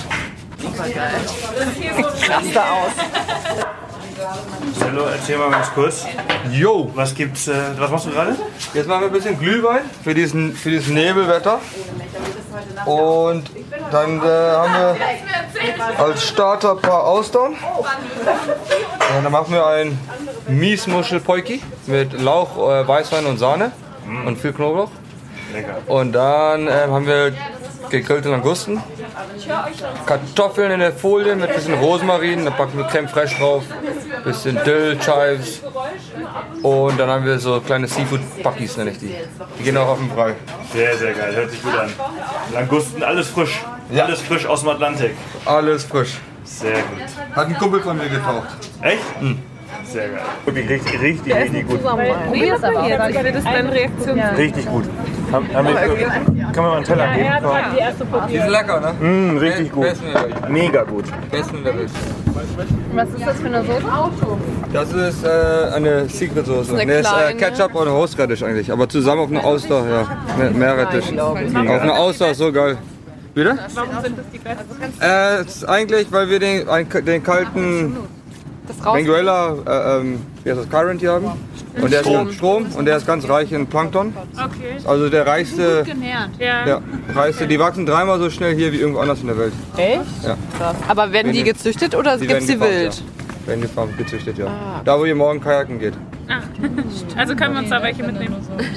Krass da aus. Cello, erzähl mal ganz kurz. Jo! Was gibt's, was machst du gerade? Jetzt machen wir ein bisschen Glühwein für dieses Nebelwetter. Und dann haben wir als Starter ein paar Austern. Und dann machen wir ein Miesmuschel-Poiki mit Lauch, Weißwein und Sahne und viel Knoblauch. Lecker. Und dann haben wir gegrillte Langusten, Kartoffeln in der Folie mit ein bisschen Rosmarin, dann packen wir Creme fraiche drauf, bisschen Dill, Chives und dann haben wir so kleine Seafood-Buckies, nenne ich die. Die gehen auch auf den Brei. Sehr, sehr geil. Hört sich gut an. Langusten, alles frisch. Ja. Alles frisch aus dem Atlantik. Alles frisch. Sehr gut. Hat ein Kumpel von mir getaucht. Echt? Sehr geil. Wirklich richtig gut. Wie ist das deine Reaktion? Richtig gut. Können wir mal einen Teller geben? Die erste Die sind lecker, ne? Richtig gut. Besten in der Welt. Mega gut. Besten in der Welt. Was ist das für eine Soße? Das ist eine Secret-Soße. Eine Ne, ist kleine. Ketchup oder Horseradish eigentlich, aber zusammen auf eine Auster, ja. Meerrettich. Auf eine Auster ist so geil. Bitte? Warum sind das die besten? Ist eigentlich, weil wir den kalten Benguela, wie heißt das, Current hier haben. Und der ist Strom und der ist ganz reich in Plankton. Okay. Also der reichste, Gut genährt. reichste, die wachsen 3-mal so schnell hier wie irgendwo anders in der Welt. Echt? Ja. Krass. Aber werden die gezüchtet oder gibt es die wild? Ja. Werden gefarmt, gezüchtet, ja. Da wo ihr morgen kajaken geht. Ach, also können wir uns da welche mitnehmen.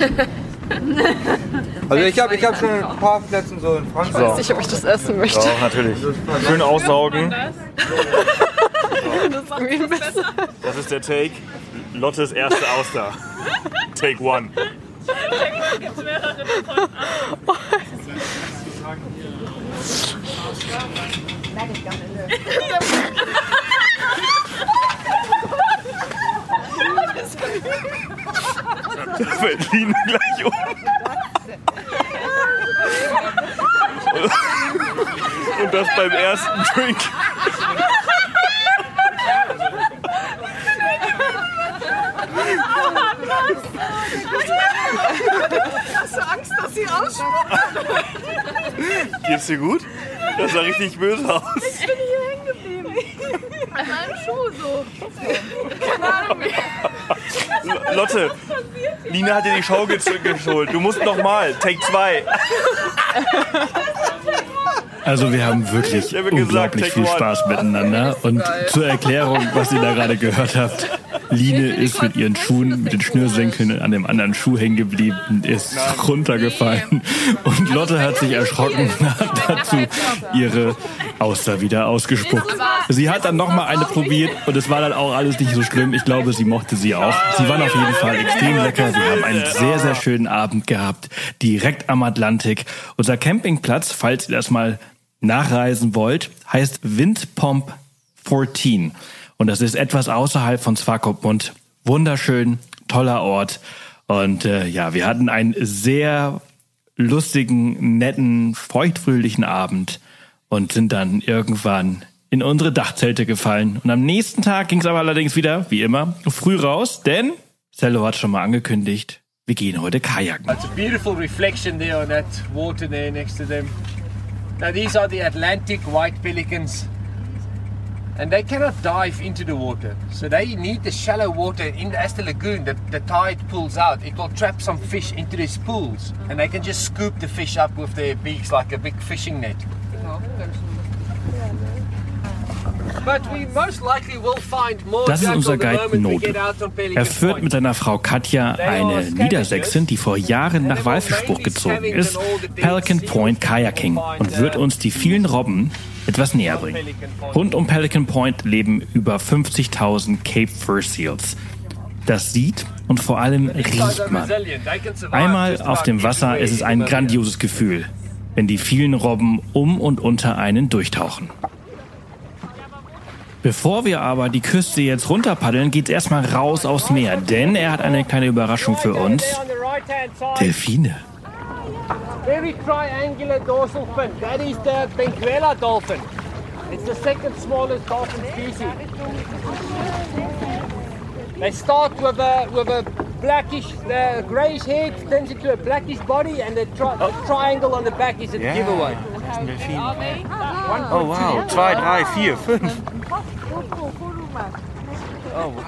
Also ich hab schon ein paar Plätzen so in Frankreich. Ich weiß nicht, ob ich das essen möchte. Ja, natürlich. Schön aussaugen. Das ist der Take. Lottes erste Auster. Take 1. Gibt's mehrere davon. Das fällt Line gleich um. Und das beim ersten Drink. Hast du Angst, dass sie ausspuckt? Geht's dir gut? Das sah richtig böse aus. Ich bin hier hängen geblieben. An meinem Schuh so. Keine Ahnung mehr. Lotte, Line hat dir die Show geholt. Du musst nochmal. Take 2. Also wir haben wirklich unglaublich viel Spaß miteinander. Und zur Erklärung, was ihr da gerade gehört habt. Line ist mit ihren Schuhen, mit den Schnürsenkeln an dem anderen Schuh hängen geblieben, ist runtergefallen. Und Lotte hat sich erschrocken und hat dazu ihre Auster wieder ausgespuckt. Sie hat dann nochmal eine probiert und es war dann auch alles nicht so schlimm. Ich glaube, sie mochte sie auch. Sie waren auf jeden Fall extrem lecker. Wir haben einen sehr, sehr schönen Abend gehabt, direkt am Atlantik. Unser Campingplatz, falls ihr das mal nachreisen wollt, heißt Windpomp 14. Und das ist etwas außerhalb von Swakopmund. Wunderschön, toller Ort. Und wir hatten einen sehr lustigen, netten, feuchtfröhlichen Abend und sind dann irgendwann in unsere Dachzelte gefallen. Und am nächsten Tag ging es aber allerdings wieder, wie immer, früh raus, denn Cello hat schon mal angekündigt, wir gehen heute kajaken. It's a beautiful reflection there on that water there next to them. Now these are the Atlantic white pelicans. And they cannot dive into the water. So they need the shallow water as the lagoon, the tide pulls out. It will trap some fish into these pools. And they can just scoop the fish up with their beaks like a big fishing net. But we most likely will find more. Das ist unser Guide Noten. Er führt mit seiner Frau Katja eine Niedersächsin, die vor Jahren nach Walfischbucht gezogen ist, Pelican Point Kayaking, und wird uns die vielen Robben etwas näher bringen. Rund um Pelican Point leben über 50.000 Cape Fur Seals. Das sieht und vor allem riecht man. Einmal auf dem Wasser ist es ein grandioses Gefühl, wenn die vielen Robben um und unter einen durchtauchen. Bevor wir aber die Küste jetzt runterpaddeln, geht's erstmal raus aufs Meer, denn er hat eine kleine Überraschung für uns. Delfine. Very triangular dorsal fin. That is the Benguela dolphin. It's the second smallest dolphin species. They start with a blackish, greyish head, turns into a blackish body, and the triangle on the back is a giveaway. Das ist ein Delfin. Oh wow, 2, 3, 4, 5. Oh wow.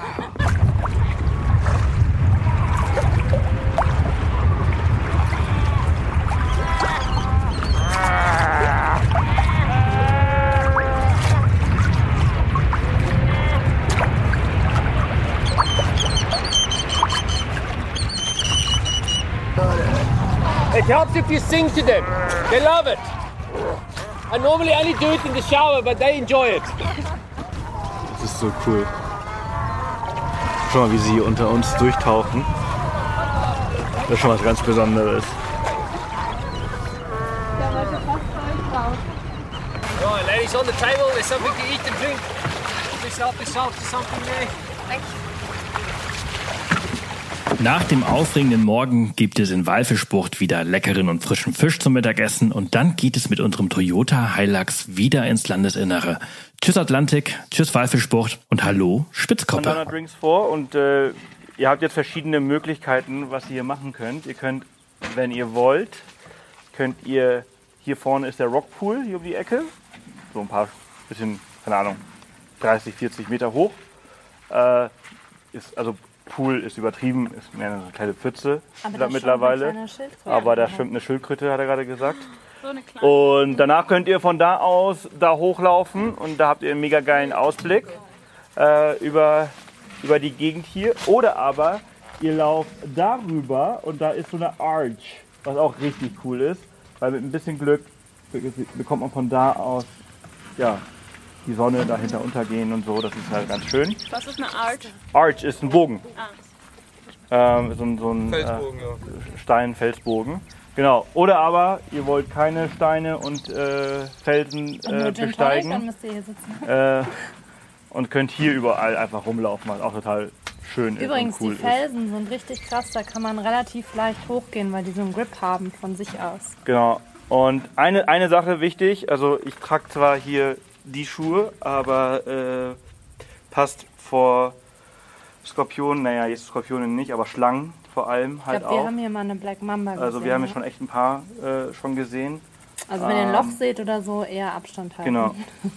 It helps if you sing to them. They love it. I normally only do it in the shower, but they enjoy it. Das ist so cool. Schau mal, wie sie unter uns durchtauchen. Das ist schon was ganz Besonderes. Right, ladies, on the table, there's something to eat and drink. Please help yourself to something there. Thank you. Nach dem aufregenden Morgen gibt es in Walfischbucht wieder leckeren und frischen Fisch zum Mittagessen und dann geht es mit unserem Toyota Hilux wieder ins Landesinnere. Tschüss Atlantik, tschüss Walfischbucht und hallo Spitzkoppe. Banana Drinks vor und ihr habt jetzt verschiedene Möglichkeiten, was ihr hier machen könnt. Ihr könnt, wenn ihr wollt, hier vorne ist der Rockpool hier um die Ecke, so ein paar bisschen, keine Ahnung, 30, 40 Meter hoch. Also Pool ist übertrieben, ist mehr eine kleine Pfütze Aber mittlerweile. Aber da schwimmt eine Schildkröte, hat er gerade gesagt. So eine kleine. Und danach könnt ihr von da aus da hochlaufen und da habt ihr einen mega geilen Ausblick über die Gegend hier. Oder aber ihr lauft darüber und da ist so eine Arch, was auch richtig cool ist, weil mit ein bisschen Glück bekommt man von da aus die Sonne dahinter untergehen und so. Das ist halt ganz schön. Was ist eine Arch? Arch ist ein Bogen. Ah. So ein Felsbogen, Stein-Felsbogen. Genau. Oder aber ihr wollt keine Steine und Felsen besteigen. Dann müsst ihr hier sitzen. Und könnt hier überall einfach rumlaufen, was auch total schön Übrigens, ist und cool die Felsen sind richtig krass. Da kann man relativ leicht hochgehen, weil die so einen Grip haben von sich aus. Genau. Und eine Sache wichtig, also ich trage zwar hier die Schuhe, aber passt vor Skorpionen, naja, jetzt Skorpione nicht, aber Schlangen vor allem halt ich glaub, wir auch. haben hier mal eine Black Mamba gesehen. Also wir haben hier schon echt ein paar schon gesehen. Also wenn ihr ein Loch seht oder so, eher Abstand halten. Genau.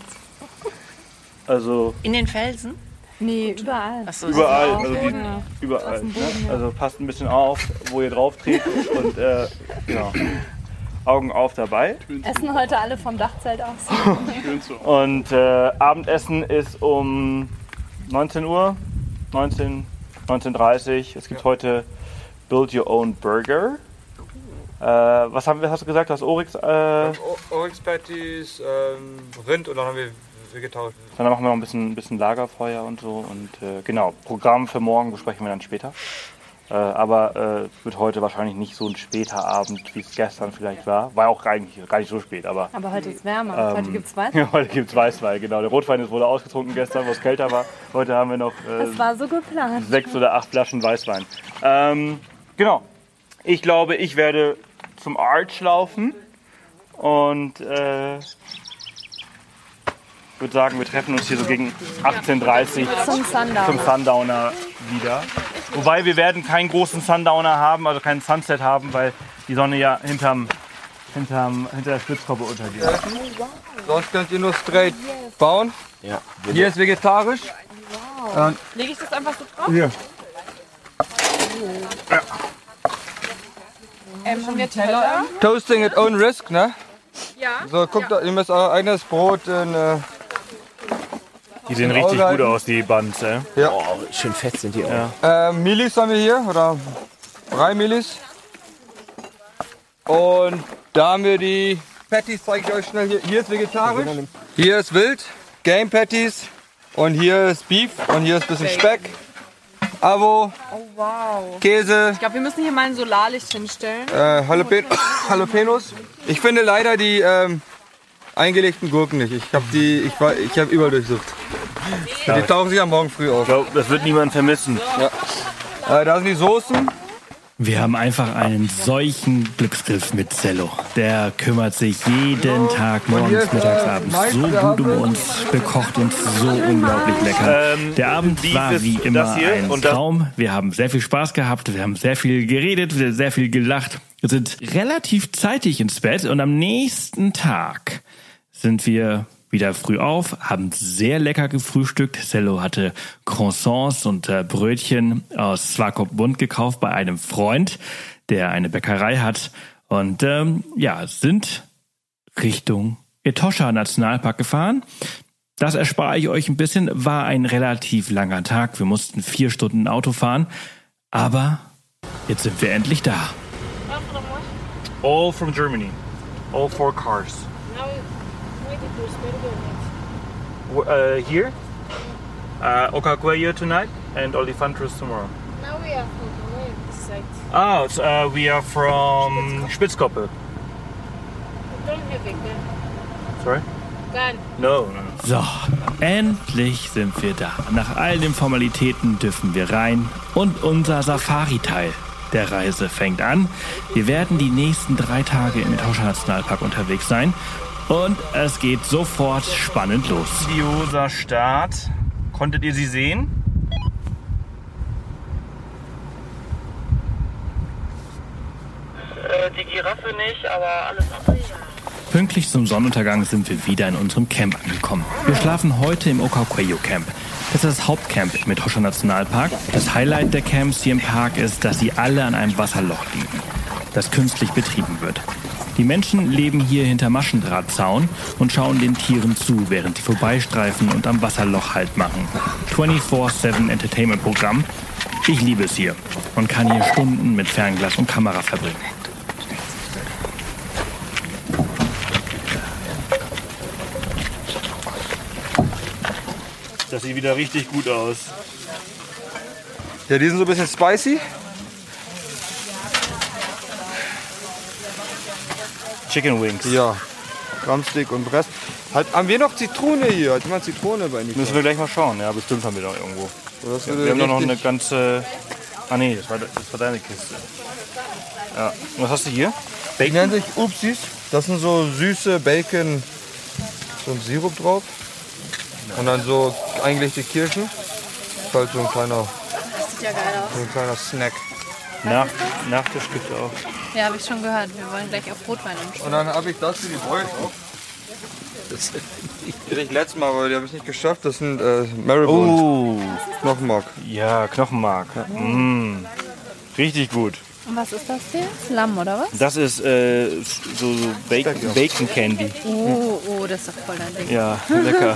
Also In den Felsen? Nee, überall. Ach so, überall, auf also dem Boden? überall. Auf dem Ne? Boden, ja. Also passt ein bisschen auf, wo ihr drauf tretet und genau. Augen auf dabei. Essen heute alle vom Dachzelt aus. Und Abendessen ist um 19 Uhr, 19:30 Uhr. Es gibt heute Build Your Own Burger. Was hast du gesagt? Das Oryx? Oryx Patties, Rind und dann haben wir vegetarisch. Dann machen wir noch ein bisschen Lagerfeuer und so. Und genau, Programm für morgen besprechen wir dann später. Aber es wird heute wahrscheinlich nicht so ein später Abend, wie es gestern vielleicht war. War auch eigentlich gar nicht so spät. Aber heute ist wärmer. Heute gibt es Weißwein. Heute gibt es Weißwein, genau. Der Rotwein wurde ausgetrunken gestern, wo es kälter war. Heute haben wir noch das war so geplant. 6 oder 8 Flaschen Weißwein. Genau. Ich glaube, ich werde zum Arch laufen. Und ich würde sagen, wir treffen uns hier so gegen 18:30 Uhr zum Sundowner wieder. Wobei wir werden keinen großen Sundowner haben, also keinen Sunset haben, weil die Sonne ja hinter der Spitzkoppe untergeht. Sonst könnt ihr nur straight bauen. Ja. Hier ist vegetarisch. Wow. Lege ich das einfach so drauf? Hier. Ja. Haben wir Teller? Toasting at own risk, ne? Ja. So, guckt, ihr müsst euer eigenes Brot in. Die sehen richtig gut aus, die Buns, ey. Ja. Oh, schön fett sind die auch. Ja. Milis haben wir hier, oder 3 Milis. Und da haben wir die Patties, zeige ich euch schnell hier. Hier ist vegetarisch, hier ist wild, Game Patties. Und hier ist Beef und hier ist ein bisschen Speck. Avo, Oh wow. Käse, Ich glaube, wir müssen hier mal ein Solarlicht hinstellen. Jalapenos. Ich finde leider die eingelegten Gurken nicht. Ich habe überall durchsucht. Ja. Die tauchen sich am Morgen früh auf. Ich glaube, das wird niemand vermissen. Ja. Da sind die Soßen. Wir haben einfach einen solchen Glücksgriff mit Cello. Der kümmert sich jeden Tag, morgens, mittags, abends so gut um uns, bekocht uns so unglaublich lecker. Der Abend war wie immer ein Traum. Wir haben sehr viel Spaß gehabt, wir haben sehr viel geredet, sehr viel gelacht. Wir sind relativ zeitig ins Bett und am nächsten Tag sind wir wieder früh auf, haben sehr lecker gefrühstückt. Cello hatte Croissants und Brötchen aus Swakopmund gekauft bei einem Freund, der eine Bäckerei hat. Und sind Richtung Etosha Nationalpark gefahren. Das erspare ich euch ein bisschen. War ein relativ langer Tag. Wir mussten 4 Stunden Auto fahren. Aber jetzt sind wir endlich da. All from Germany. All 4 cars. Here, Okakueyo tonight and Olifantros tomorrow. Now we are from where this side. Ah, so, we are from Spitzkoppe. We don't have a gun. Sorry? Gun. No. So, endlich sind wir da. Nach all den Formalitäten dürfen wir rein und unser Safari-Teil der Reise fängt an. Wir werden die nächsten 3 Tage im Etosha Nationalpark unterwegs sein. Und es geht sofort spannend los. Grandioser Start. Konntet ihr sie sehen? Die Giraffe nicht, aber alles andere ja. Pünktlich zum Sonnenuntergang sind wir wieder in unserem Camp angekommen. Wir schlafen heute im Okakueyo Camp. Das ist das Hauptcamp im Etosha Nationalpark. Das Highlight der Camps hier im Park ist, dass sie alle an einem Wasserloch liegen, das künstlich betrieben wird. Die Menschen leben hier hinter Maschendrahtzaun und schauen den Tieren zu, während sie vorbeistreifen und am Wasserloch Halt machen. 24/7 Entertainment-Programm. Ich liebe es hier und kann hier Stunden mit Fernglas und Kamera verbringen. Das sieht wieder richtig gut aus. Ja, die sind so ein bisschen spicy. Chicken Wings. Ja, Drumstick und Rest. Haben wir noch Zitrone hier? Hat jemand Zitrone bei Ihnen? Müssen wir gleich mal schauen. Ja, bestimmt haben wir noch irgendwo. Wir haben doch noch eine ganze... Ah nee, das war deine Kiste. Ja. Was hast du hier? Die nennen sich Upsis. Das sind so süße Bacon, so ein Sirup drauf. Und dann so eingelegte Kirschen. Das ist halt so ein kleiner, Das sieht ja geil aus. so ein kleiner Snack. Nachtisch gibt es auch. Ja, habe ich schon gehört. Wir wollen gleich auf Rotwein umstellen. Und dann habe ich das für die Boys auch. Das hätte ich letztes Mal, aber die habe ich nicht geschafft. Das sind Maribond. Oh. Knochenmark. Ja, Knochenmark. Mm. Richtig gut. Und was ist das hier? Lamm oder was? Das ist so Bacon Candy. Oh, das ist doch voll dein Ding. Ja, lecker.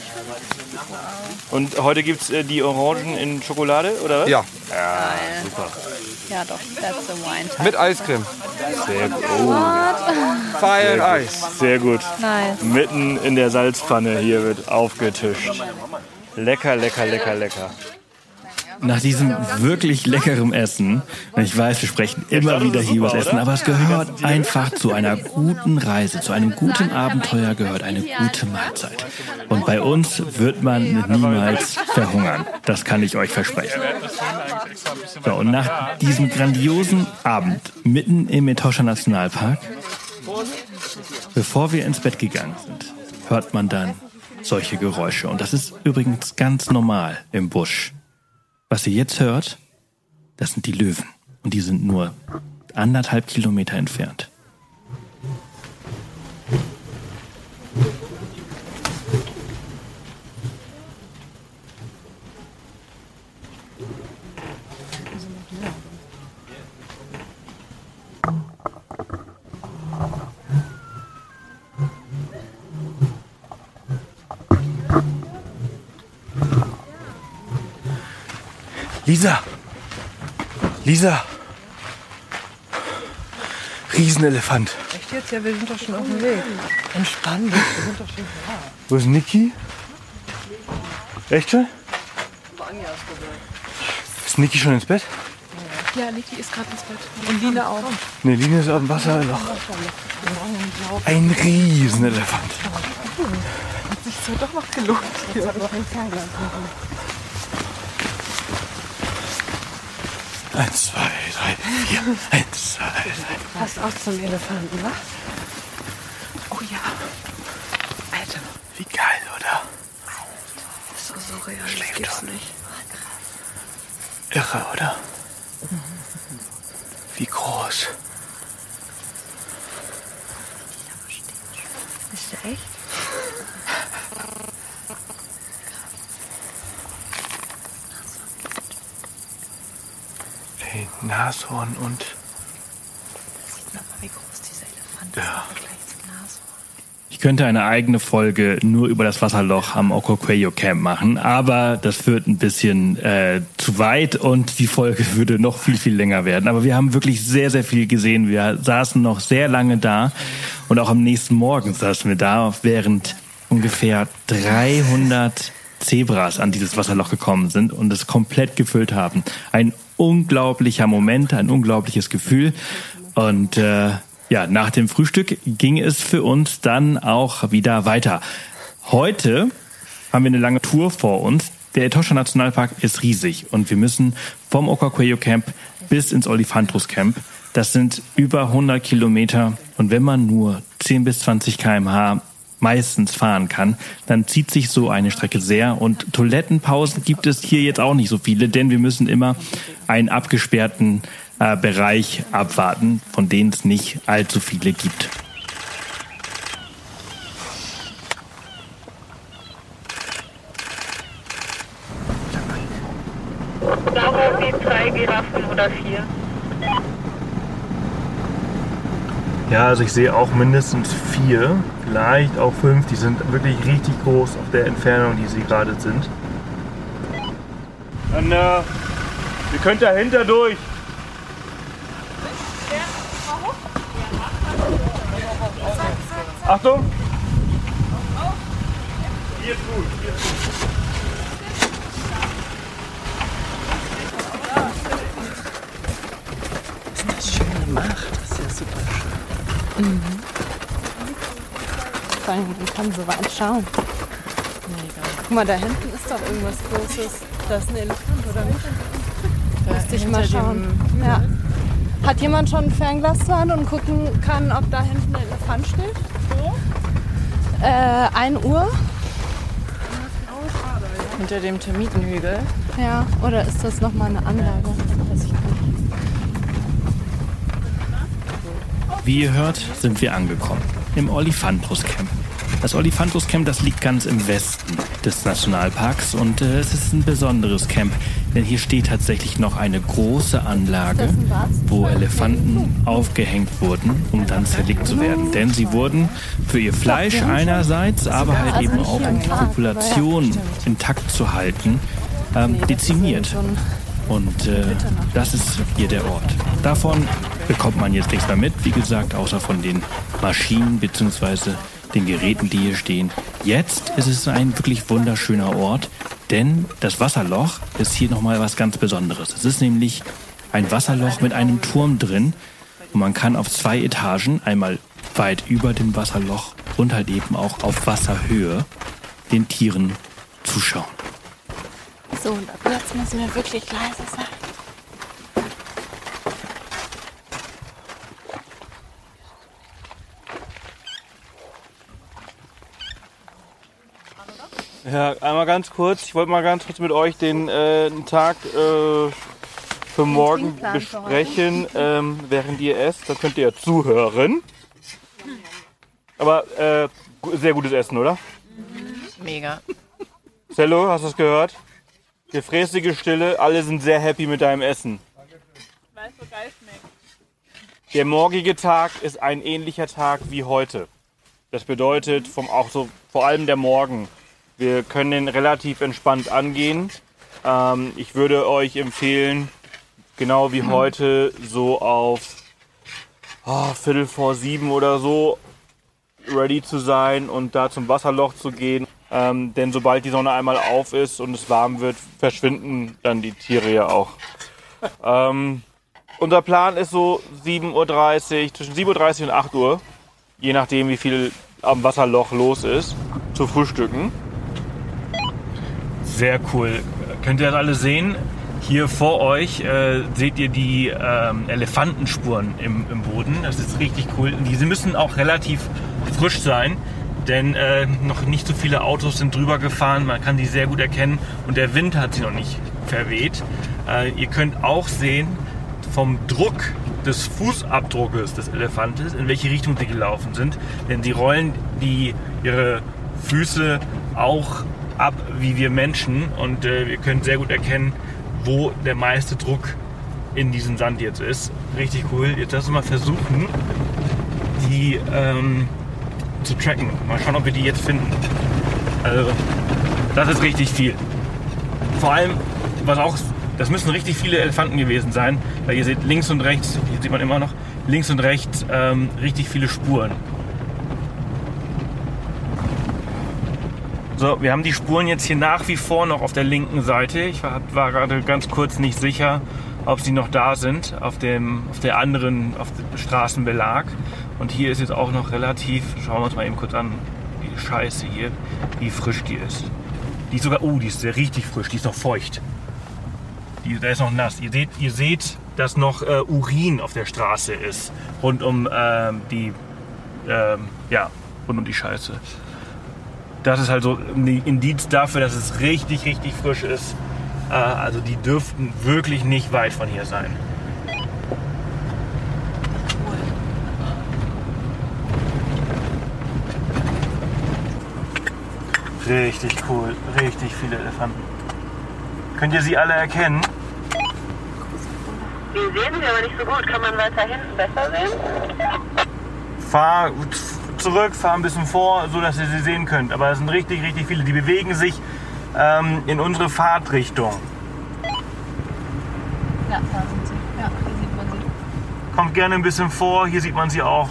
Und heute gibt es die Orangen in Schokolade, oder was? Ja. Ja, super. Ja doch, that's the wine time. Mit Eiscreme. Sehr gut. What? Fire and Ice. Sehr gut. Nice. Mitten in der Salzpfanne hier wird aufgetischt. Lecker, lecker, lecker, lecker. Nach diesem wirklich leckeren Essen, und ich weiß, wir sprechen immer wieder hier über das Essen, aber es gehört einfach zu einer guten Reise, zu einem guten Abenteuer gehört eine gute Mahlzeit. Und bei uns wird man niemals verhungern. Das kann ich euch versprechen. So, und nach diesem grandiosen Abend mitten im Etosha Nationalpark, bevor wir ins Bett gegangen sind, hört man dann solche Geräusche. Und das ist übrigens ganz normal im Busch. Was ihr jetzt hört, das sind die Löwen. Und die sind nur 1,5 Kilometer entfernt. Lisa! Riesenelefant. Echt jetzt? Ja, wir sind doch schon auf dem Weg. Entspannt, wir sind doch schon da. Wo ist Niki? Echt schon? Ist Niki schon ins Bett? Ja, Niki ist gerade ins Bett. Und Lina auch. Ne, Lina ist auf dem Wasserloch. Ein Riesenelefant. Hat sich so doch noch gelohnt. Hier. 1, 2, 3, 4. 1, 2, 3. Passt auf zum Elefanten, wa? Oh ja. Alter. Wie geil, oder? Das ist so surreal. Schläft das doch nicht. Irre, oder? Wie groß. Ist der echt? Ey, Nashorn und... Sieht man mal, wie groß dieser Elefant ist. Ja. Nashorn. Ich könnte eine eigene Folge nur über das Wasserloch am Okokueyo Camp machen, aber das führt ein bisschen zu weit und die Folge würde noch viel, viel länger werden. Aber wir haben wirklich sehr, sehr viel gesehen. Wir saßen noch sehr lange da und auch am nächsten Morgen saßen wir da, während ungefähr 300 Zebras an dieses Wasserloch gekommen sind und es komplett gefüllt haben. Ein unglaublicher Moment, ein unglaubliches Gefühl. Und ja, nach dem Frühstück ging es für uns dann auch wieder weiter. Heute haben wir eine lange Tour vor uns. Der Etosha Nationalpark ist riesig und wir müssen vom Okokueyo Camp bis ins Olifantros Camp. Das sind über 100 Kilometer und wenn man nur 10 bis 20 km/h meistens fahren kann, dann zieht sich so eine Strecke sehr und Toilettenpausen gibt es hier jetzt auch nicht so viele, denn wir müssen immer einen abgesperrten Bereich abwarten, von denen es nicht allzu viele gibt. Darauf wie 3 Giraffen oder 4. Ja, also ich sehe auch mindestens 4, vielleicht auch 5. Die sind wirklich richtig groß auf der Entfernung, die sie gerade sind. Dann, ihr könnt dahinter durch. Achtung! Hier ist gut, hier ist gut. Ist das schön gemacht? Das ist ja super schön. Mhm. Vor allem, man kann so weit schauen. Mega. Guck mal, da hinten ist doch irgendwas Großes. Da ist ein Elefant, oder nicht? Da Müsste ich mal schauen. Ja. Hat jemand schon ein Fernglas zur Hand und gucken kann, ob da hinten ein Elefant steht? Wo? 1 Uhr. Hinter dem Termitenhügel. Ja, oder ist das nochmal eine Anlage? Weiß ich nicht. Wie ihr hört, sind wir angekommen im Olifantus Camp. Das Olifantus Camp, das liegt ganz im Westen des Nationalparks und es ist ein besonderes Camp, denn hier steht tatsächlich noch eine große Anlage, wo Elefanten aufgehängt wurden, um dann zerlegt zu werden. Denn sie wurden für ihr Fleisch einerseits, aber halt eben auch um die Population intakt zu halten, dezimiert. Und das ist hier der Ort. Davon bekommt man jetzt nichts mehr mit, wie gesagt, außer von den Maschinen bzw. den Geräten, die hier stehen. Jetzt ist es ein wirklich wunderschöner Ort, denn das Wasserloch ist hier nochmal was ganz Besonderes. Es ist nämlich ein Wasserloch mit einem Turm drin und man kann auf 2 Etagen, einmal weit über dem Wasserloch und halt eben auch auf Wasserhöhe, den Tieren zuschauen. So, und ab jetzt müssen wir wirklich leise sein. Ja, einmal ganz kurz. Ich wollte mal ganz kurz mit euch den Tag für morgen besprechen, während ihr esst. Da könnt ihr ja zuhören. Aber sehr gutes Essen, oder? Mega. Cello, hast du es gehört? Gefräßige Stille, alle sind sehr happy mit deinem Essen. Weil es so geil schmeckt. Der morgige Tag ist ein ähnlicher Tag wie heute. Das bedeutet vor allem der Morgen. Wir können den relativ entspannt angehen. Ich würde euch empfehlen, genau wie heute, so auf 6:45 oder so ready zu sein und da zum Wasserloch zu gehen. Denn sobald die Sonne einmal auf ist und es warm wird, verschwinden dann die Tiere ja auch. Unser Plan ist so 7:30 Uhr, zwischen 7:30 Uhr und 8 Uhr, je nachdem wie viel am Wasserloch los ist, zu frühstücken. Sehr cool. Könnt ihr das alle sehen? Hier vor euch seht ihr die Elefantenspuren im Boden. Das ist richtig cool. Die müssen auch relativ frisch sein, denn noch nicht so viele Autos sind drüber gefahren. Man kann die sehr gut erkennen und der Wind hat sie noch nicht verweht. Ihr könnt auch sehen vom Druck des Fußabdruckes des Elefantes, in welche Richtung sie gelaufen sind. Denn sie rollen ihre Füße auch ab wie wir Menschen und wir können sehr gut erkennen, wo der meiste Druck in diesem Sand jetzt ist. Richtig cool. Jetzt lassen wir mal versuchen, die zu tracken. Mal schauen, ob wir die jetzt finden. Also, das ist richtig viel. Vor allem, das müssen richtig viele Elefanten gewesen sein, weil ihr seht links und rechts, hier sieht man immer noch, links und rechts richtig viele Spuren. So, wir haben die Spuren jetzt hier nach wie vor noch auf der linken Seite. Ich war gerade ganz kurz nicht sicher, ob sie noch da sind, auf dem Straßenbelag. Und hier ist jetzt auch noch relativ, schauen wir uns mal eben kurz an, die Scheiße hier, wie frisch die ist. Die ist sogar, die ist richtig frisch, die ist noch feucht. Da ist noch nass. Ihr seht, dass noch Urin auf der Straße ist, rund um die Scheiße. Das ist halt so ein Indiz dafür, dass es richtig, richtig frisch ist. Also die dürften wirklich nicht weit von hier sein. Richtig cool, richtig viele Elefanten. Könnt ihr sie alle erkennen? Wir sehen sie aber nicht so gut. Kann man weiter hinten besser sehen? Fahr zurück, fahr ein bisschen vor, so dass ihr sie sehen könnt. Aber es sind richtig, richtig viele. Die bewegen sich in unsere Fahrtrichtung. Ja, da sind sie. Ja, hier sieht man sie. Kommt gerne ein bisschen vor, hier sieht man sie auch.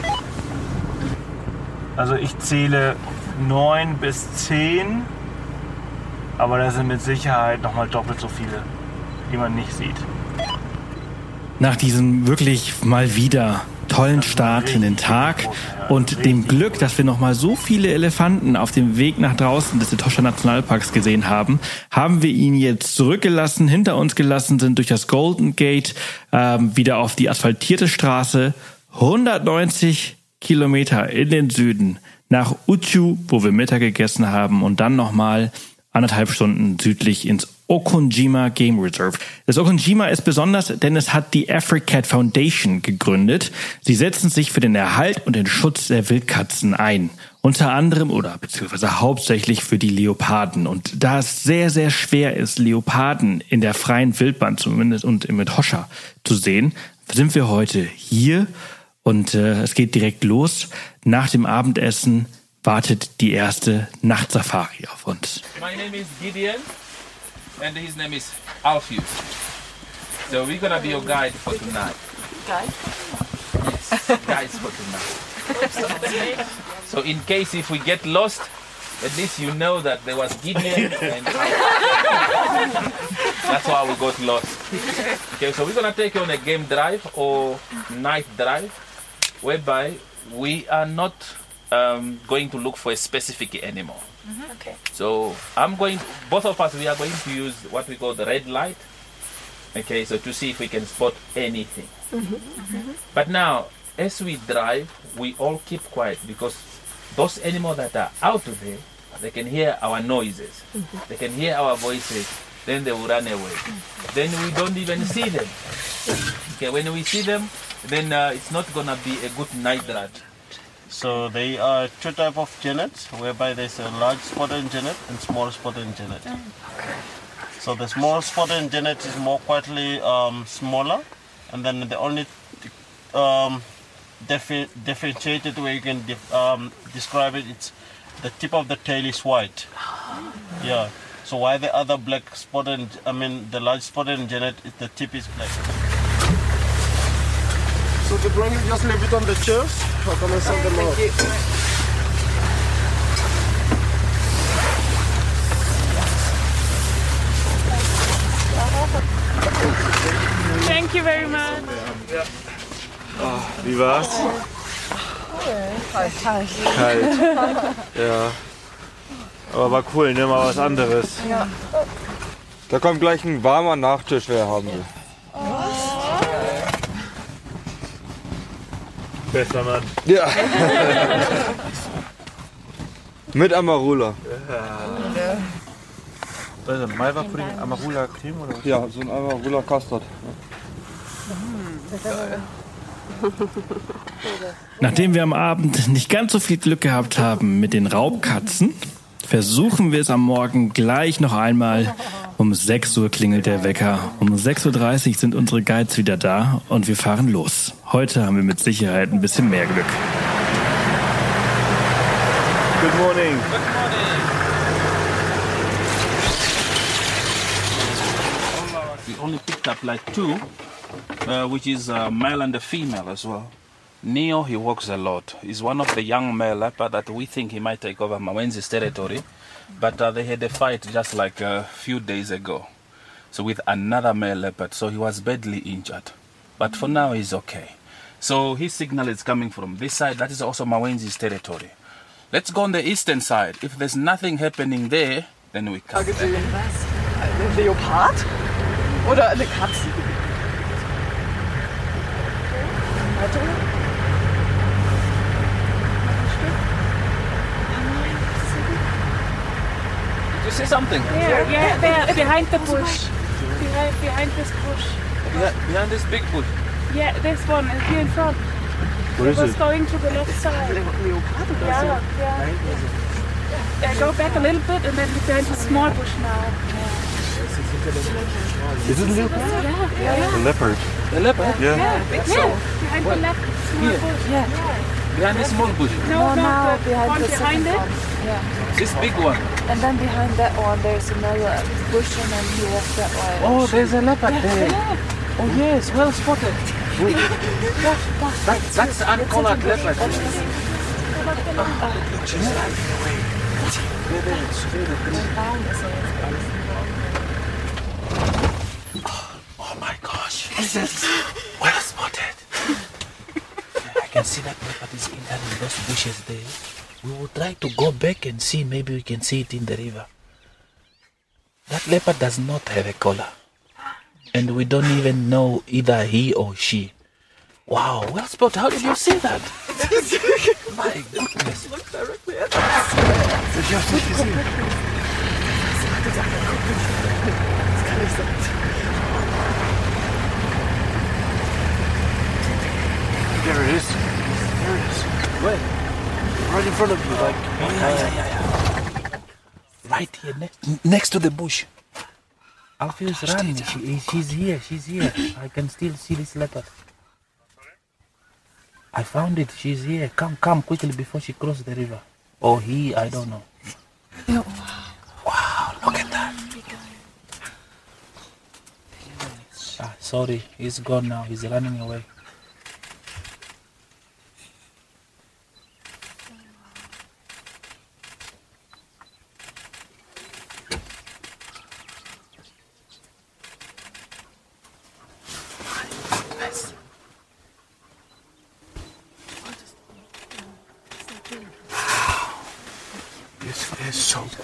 Also ich zähle 9 bis 10, aber da sind mit Sicherheit nochmal doppelt so viele, die man nicht sieht. Nach diesem wirklich mal wieder tollen Start in den Tag und dem Glück, dass wir nochmal so viele Elefanten auf dem Weg nach draußen des Etosha Nationalparks gesehen haben, haben wir ihn jetzt zurückgelassen, hinter uns gelassen, sind durch das Golden Gate wieder auf die asphaltierte Straße 190 Kilometer in den Süden nach Uchu, wo wir Mittag gegessen haben und dann nochmal 1,5 Stunden südlich ins Okonjima Game Reserve. Das Okonjima ist besonders, denn es hat die Africat Foundation gegründet. Sie setzen sich für den Erhalt und den Schutz der Wildkatzen ein. Unter anderem oder beziehungsweise hauptsächlich für die Leoparden. Und da es sehr, sehr schwer ist, Leoparden in der freien Wildbahn zumindest und im Etosha zu sehen, sind wir heute hier und es geht direkt los. Nach dem Abendessen wartet die erste Nachtsafari auf uns. My name is Gideon and his name is Alpheus. So we're gonna be your guide for tonight. Guide? Yes, guides for tonight. So in case if we get lost, at least you know that there was Gideon and that's why we got lost. Okay, so we're gonna take you on a game drive or night drive, whereby we are not going to look for a specific animal. Okay. So both of us, we are going to use what we call the red light. Okay, so to see if we can spot anything. But now, as we drive, we all keep quiet because those animals that are out there, they can hear our noises. They can hear our voices. Then they will run away. Then we don't even see them. Okay, when we see them, then it's not gonna be a good night drive. So there are two types of genets, whereby there's a large spotted genet and small spotted genet. So the small spotted genet is more quietly smaller, and then the only differentiated way you can describe it, it's the tip of the tail is white. Yeah. So while the other black spotted, the large spotted genet, the tip is black. So the blanket, just leave it on the chairs. I'll come and send them out. Thank you very much. Wie war's? Kalt. Kalt. Ja. Aber war cool, ne? Mal was anderes. Ja. Da kommt gleich ein warmer Nachtisch, wer haben will. Besser Mann. Ja. Mit Amarula. Was ist das? Malva-Pudding, Amarula-Creme oder was? Ja, so ein Amarula Custard. Nachdem wir am Abend nicht ganz so viel Glück gehabt haben mit den Raubkatzen, versuchen wir es am Morgen gleich noch einmal. Um 6 Uhr klingelt der Wecker. Um 6.30 Uhr sind unsere Guides wieder da und wir fahren los. Heute haben wir mit Sicherheit ein bisschen mehr Glück. Good morning. Good morning. We only picked up like 2, which is a male and a female as well. Neo, he walks a lot. He's one of the young male leopard that we think he might take over Mawenzi's territory. But they had a fight just like a few days ago. So with another male leopard. So he was badly injured. But for now he's okay. So his signal is coming from this side. That is also Mawenzi's territory. Let's go on the eastern side. If there's nothing happening there, then we come. Ein Leopard? Oder eine Katze? Did you see something? Yeah, there, behind the bush. Behind this bush. Behind this big bush. Yeah, this one is here in front. What It is was it? going to the left side. Yeah. Go back a little bit and then behind the small bush now. Is it a leopard? Yeah. A leopard. The leopard? Yeah. Behind the left small bush. Yeah. Behind the small bush. No, now the behind one the behind second it. one. Yeah. This big one. And then behind that one there's another bush and then he walked that way. Oh, there's a leopard Yeah. there. Yeah. Oh yes, well spotted. That's uncollared leopard. Oh my gosh. Well spotted. I can see that leopard is in those bushes there. We will try to go back and see, maybe we can see it in the river. That leopard does not have a collar. And we don't even know either he or she. Wow, well spotted. How did you see that? My goodness. Look directly at us. There it is. There it is. Where? Right in front of you, like. Yeah. Right here, next to the bush. Alfie is running. She's here. She's here. I can still see this leopard. I found it. She's here. Come quickly before she crosses the river. Or he, I don't know. Yeah. Wow, look at that. Sorry, he's gone now. He's running away. This is so good.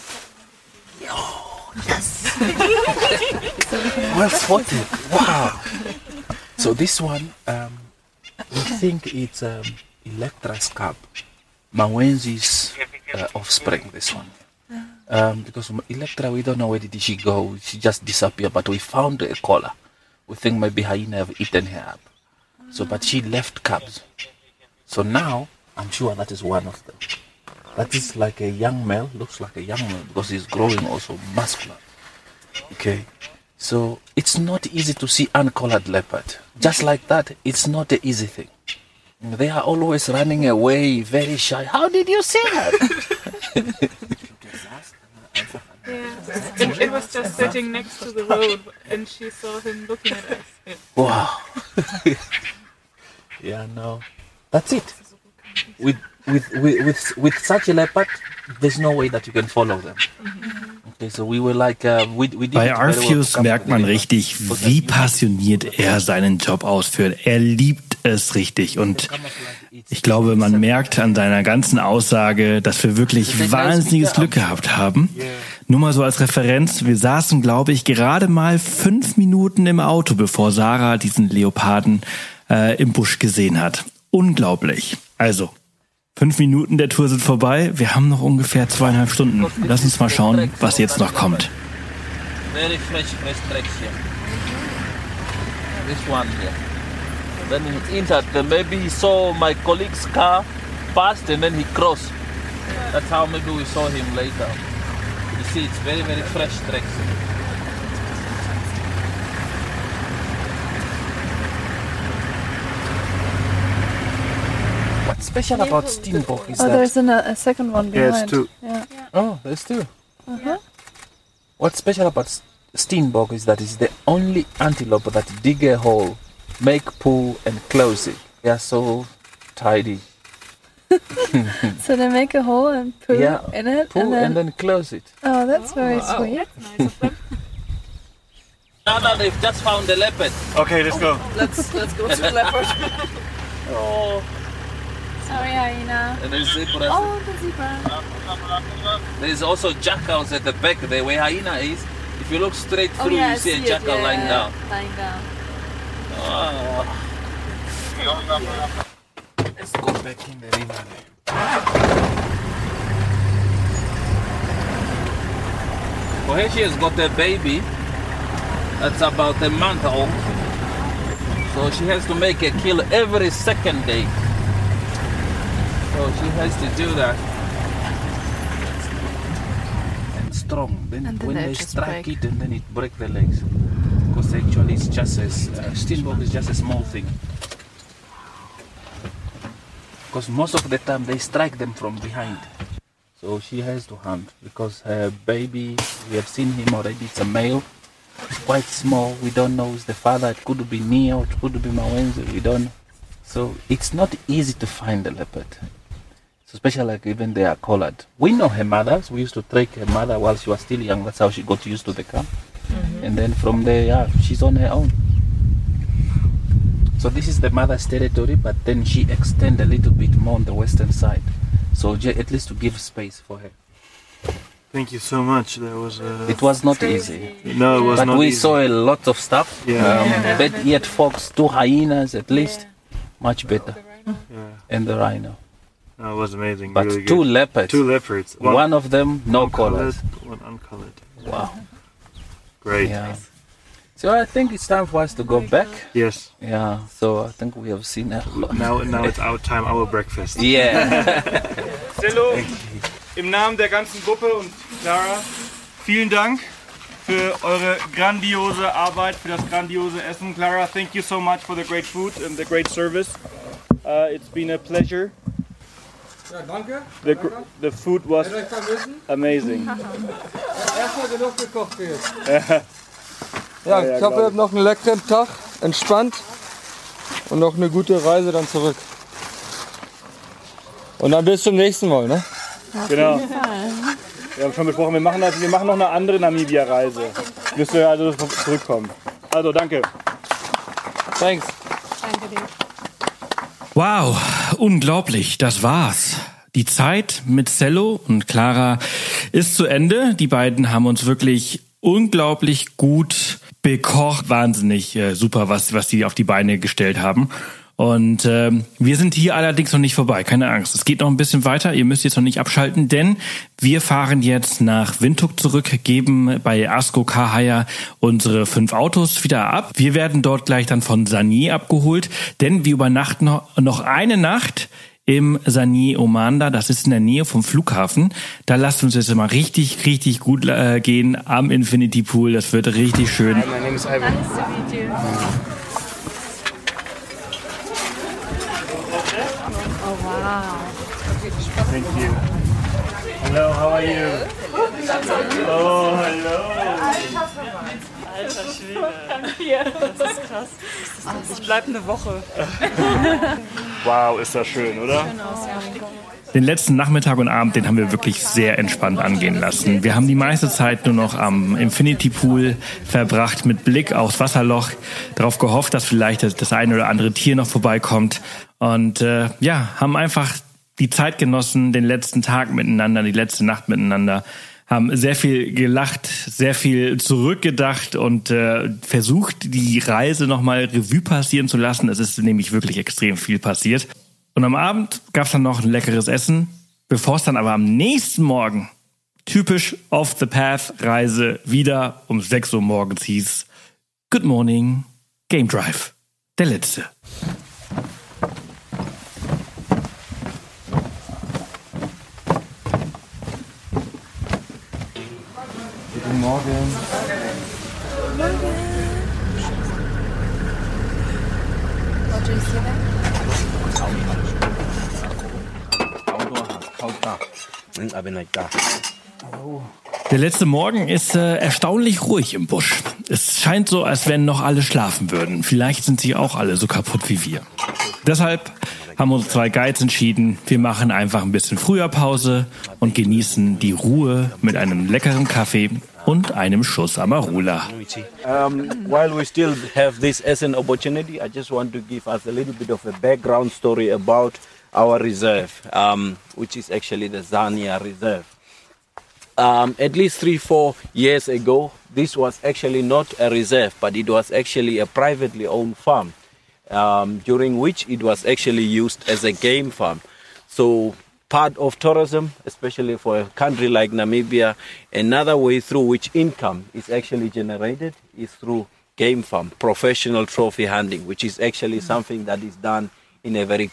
Yes. Well spotted. Wow. So this one, we think it's Electra's cub, Mawenzi's offspring. This one, because Electra, we don't know where did she go. She just disappeared. But we found a collar. We think maybe hyena have eaten her up. So, but she left cubs. So now I'm sure that is one of them. That is like a young male, looks like a young male because he's growing also muscular. Okay, so it's not easy to see uncollared leopard. Just like that, it's not an easy thing. They are always running away, very shy. How did you see that? Yeah, and it was just sitting next to the road and she saw him looking at us. Yeah. Wow. Yeah, no, that's it. With such a leopard, there's no way that you can follow them. Okay, so we were like, we did Bei Arpheus merkt man richtig, wie passioniert er seinen Job ausführt. Er liebt es richtig und ich glaube, man merkt an seiner ganzen Aussage, dass wir wirklich wahnsinniges Glück gehabt haben. Nur mal so als Referenz, wir saßen, glaube ich, gerade mal 5 Minuten im Auto, bevor Sarah diesen Leoparden im Busch gesehen hat. Unglaublich. Also, 5 Minuten der Tour sind vorbei. Wir haben noch ungefähr 2,5 Stunden. Lass uns mal schauen, was jetzt noch kommt. Very fresh tracks here. This one here. Then he entered. Maybe he saw my colleague's car passed and then he crossed. That's how maybe we saw him later. You see, it's very, very fresh tracks. What's special about Steenbok is that... there's a second one behind. Yes, two. Yeah. Oh, there's two. Uh-huh. What's special about Steenbok is that it's the only antelope that dig a hole, make poo and close it. They are so tidy. So they make a hole and poo in it? Poo and then close it. Oh, that's very sweet. That's nice of them. Now they've just found the leopard. Okay, let's go. Let's go to the leopard. Oh. Sorry, hyena. And there's zebras. Oh, the zebra. There's also jackals at the back there where hyena is. If you look straight through, I you see a jackal lying down. Lying down. Oh. Let's go back in the river. Well, here she has got a baby that's about a month old. So she has to make a kill every second day. So she has to do that. And strong. Then And when they they just strike break. it, and then it break the legs. Because actually it's just a steenbok is just a small thing. Because most of the time they strike them from behind. So she has to hunt because her baby, we have seen him already, it's a male. It's quite small, we don't know who's the father, it could be Neo, it could be Mawenzi, we don't know. So it's not easy to find a leopard. So especially like even they are collared. We know her mothers, we used to track her mother while she was still young, that's how she got used to the camp. And then from there, yeah, she's on her own. So this is the mother's territory, but then she extends a little bit more on the western side. So at least to give space for her. Thank you so much. That was. It was not easy. No, it was but not we easy. saw a lot of stuff. Yeah. Red-eared fox, 2 hyenas at least, much better. Yeah. And the rhino. No, it was amazing. But really 2 good. leopards. 2 leopards. One of them no colored, collars. one uncolored. Wow. Great. Yeah. So I think it's time for us to go back. Yes. Yeah. So I think we have seen a lot. Now it's our time, our breakfast. Yeah. Cello, im Namen der ganzen Gruppe und Clara, vielen Dank für eure grandiose Arbeit, für das grandiose Essen. Clara, thank you so much for the great food and the great service. It's been a pleasure. Ja, danke. The food was amazing. Erstmal genug gekocht wird. Ja, ich hoffe, ihr habt noch einen leckeren Tag, entspannt und noch eine gute Reise dann zurück. Und dann bis zum nächsten Mal, ne? Genau. Wir haben schon besprochen, wir machen noch eine andere Namibia-Reise. Bis wir also zurückkommen. Also, danke. Thanks. Danke dir. Wow, unglaublich, das war's. Die Zeit mit Cello und Clara ist zu Ende. Die beiden haben uns wirklich unglaublich gut bekocht. Wahnsinnig super, was die auf die Beine gestellt haben. Und wir sind hier allerdings noch nicht vorbei, keine Angst. Es geht noch ein bisschen weiter, ihr müsst jetzt noch nicht abschalten, denn wir fahren jetzt nach Windhoek zurück, geben bei Asko Kahaya unsere 5 Autos wieder ab. Wir werden dort gleich dann von Sanier abgeholt, denn wir übernachten noch eine Nacht im Sanier Omanda, das ist in der Nähe vom Flughafen. Da lasst uns jetzt mal richtig, richtig gut gehen am Infinity Pool. Das wird richtig schön. Hi, my name is Ivan. Nice to meet you. Oh wow. Thank you. Hello, how are you? Oh, hello. Alter Schwede. Das ist krass. Ich bleib eine Woche. Wow, ist das schön, oder? Den letzten Nachmittag und Abend, den haben wir wirklich sehr entspannt angehen lassen. Wir haben die meiste Zeit nur noch am Infinity Pool verbracht, mit Blick aufs Wasserloch, darauf gehofft, dass vielleicht das eine oder andere Tier noch vorbeikommt. Und haben einfach die Zeit genossen, den letzten Tag miteinander, die letzte Nacht miteinander, haben sehr viel gelacht, sehr viel zurückgedacht und versucht, die Reise nochmal Revue passieren zu lassen. Es ist nämlich wirklich extrem viel passiert. Und am Abend gab es dann noch ein leckeres Essen, bevor es dann aber am nächsten Morgen, typisch Off the Path Reise, wieder um 6 Uhr morgens hieß: Good morning, Game Drive, der letzte. Guten Morgen. What do you see there? Der letzte Morgen ist erstaunlich ruhig im Busch. Es scheint so, als wenn noch alle schlafen würden. Vielleicht sind sie auch alle so kaputt wie wir. Deshalb haben unsere 2 Guides entschieden, wir machen einfach ein bisschen früher Pause und genießen die Ruhe mit einem leckeren Kaffee und einem Schuss Amarula. While we still have this as an opportunity, I just want to give us a little bit of a background story about our reserve, which is actually the Zania Reserve. At least 3-4 years ago, this was actually not a reserve, but it was actually a privately owned farm, during which it was actually used as a game farm. So part of tourism, especially for a country like Namibia, another way through which income is actually generated is through game farm, professional trophy hunting, which is actually something that is done in a very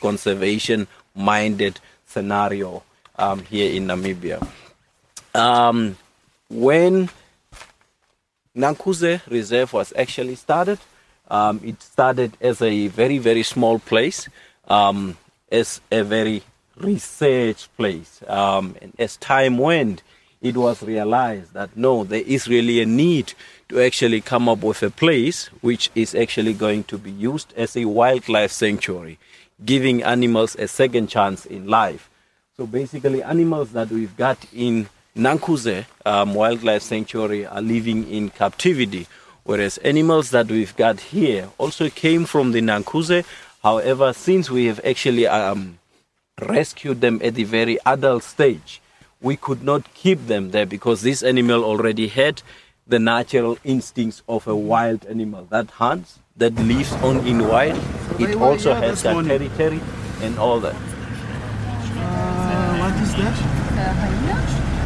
conservation-minded scenario here in Namibia. when Nankuse Reserve was actually started, it started as a very, very small place, as a very research place. And as time went, it was realized that no, there is really a need to actually come up with a place which is actually going to be used as a wildlife sanctuary, giving animals a second chance in life. So basically, animals that we've got in Nankuse Wildlife Sanctuary are living in captivity, whereas animals that we've got here also came from the Nankuse. However, since we have actually rescued them at the very adult stage, we could not keep them there because this animal already had the natural instincts of a wild animal that hunts, that lives on in wild. It also has that territory and all that. What is that? Hyena?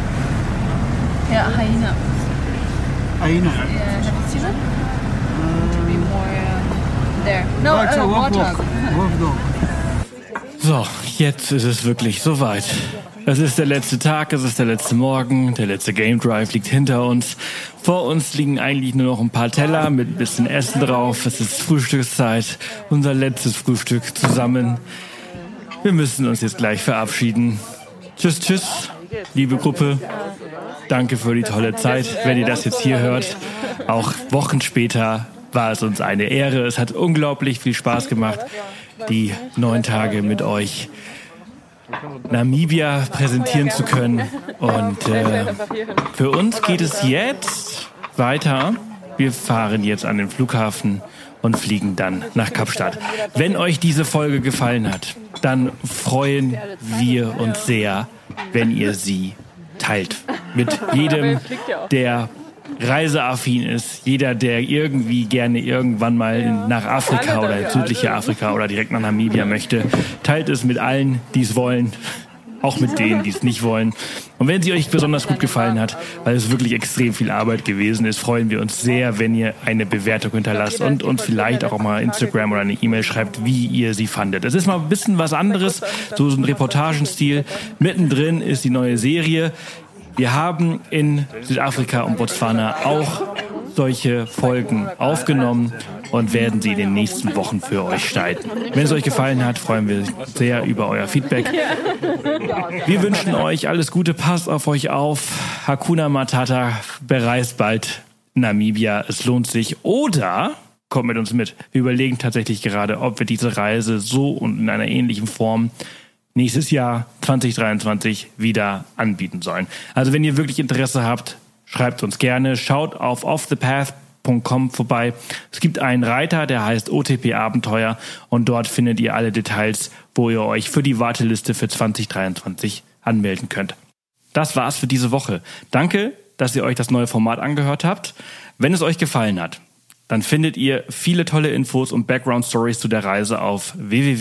Yeah, hyena. Hyena. Yeah, have you seen it? To be more there. No, warthog. So, jetzt ist es wirklich soweit. Es ist der letzte Tag, es ist der letzte Morgen, der letzte Game Drive liegt hinter uns. Vor uns liegen eigentlich nur noch ein paar Teller mit ein bisschen Essen drauf. Es ist Frühstückszeit, unser letztes Frühstück zusammen. Wir müssen uns jetzt gleich verabschieden. Tschüss, tschüss, liebe Gruppe. Danke für die tolle Zeit. Wenn ihr das jetzt hier hört, auch Wochen später, war es uns eine Ehre. Es hat unglaublich viel Spaß gemacht, die 9 Tage mit euch Namibia präsentieren zu können. Und für uns geht es jetzt weiter. Wir fahren jetzt an den Flughafen und fliegen dann nach Kapstadt. Wenn euch diese Folge gefallen hat, dann freuen wir uns sehr, wenn ihr sie teilt. Mit jedem, der reiseaffin ist, jeder, der irgendwie gerne irgendwann mal nach Afrika oder ins südliche Afrika oder direkt nach Namibia möchte, teilt es mit allen, die es wollen, auch mit denen, die es nicht wollen. Und wenn sie euch besonders gut gefallen hat, weil es wirklich extrem viel Arbeit gewesen ist, freuen wir uns sehr, wenn ihr eine Bewertung hinterlasst und uns vielleicht auch mal Instagram oder eine E-Mail schreibt, wie ihr sie fandet. Es ist mal ein bisschen was anderes, so ein Reportagenstil. Mittendrin ist die neue Serie. Wir haben in Südafrika und Botswana auch solche Folgen aufgenommen und werden sie in den nächsten Wochen für euch schneiden. Wenn es euch gefallen hat, freuen wir uns sehr über euer Feedback. Wir wünschen euch alles Gute, passt auf euch auf. Hakuna Matata, bereist bald Namibia, es lohnt sich. Oder kommt mit uns mit. Wir überlegen tatsächlich gerade, ob wir diese Reise so und in einer ähnlichen Form nächstes Jahr 2023 wieder anbieten sollen. Also wenn ihr wirklich Interesse habt, schreibt uns gerne. Schaut auf offthepath.com vorbei. Es gibt einen Reiter, der heißt OTP Abenteuer und dort findet ihr alle Details, wo ihr euch für die Warteliste für 2023 anmelden könnt. Das war's für diese Woche. Danke, dass ihr euch das neue Format angehört habt. Wenn es euch gefallen hat, dann findet ihr viele tolle Infos und Background-Stories zu der Reise auf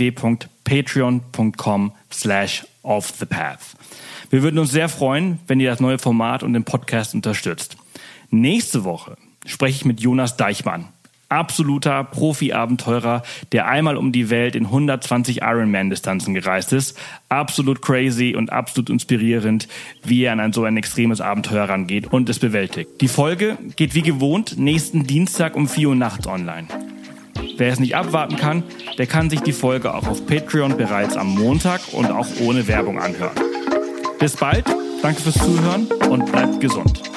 www.patreon.com/offthepath. Wir würden uns sehr freuen, wenn ihr das neue Format und den Podcast unterstützt. Nächste Woche spreche ich mit Jonas Deichmann, absoluter Profi-Abenteurer, der einmal um die Welt in 120 Ironman-Distanzen gereist ist. Absolut crazy und absolut inspirierend, wie er an so ein extremes Abenteuer rangeht und es bewältigt. Die Folge geht wie gewohnt nächsten Dienstag um 4 Uhr nachts online. Wer es nicht abwarten kann, der kann sich die Folge auch auf Patreon bereits am Montag und auch ohne Werbung anhören. Bis bald, danke fürs Zuhören und bleibt gesund.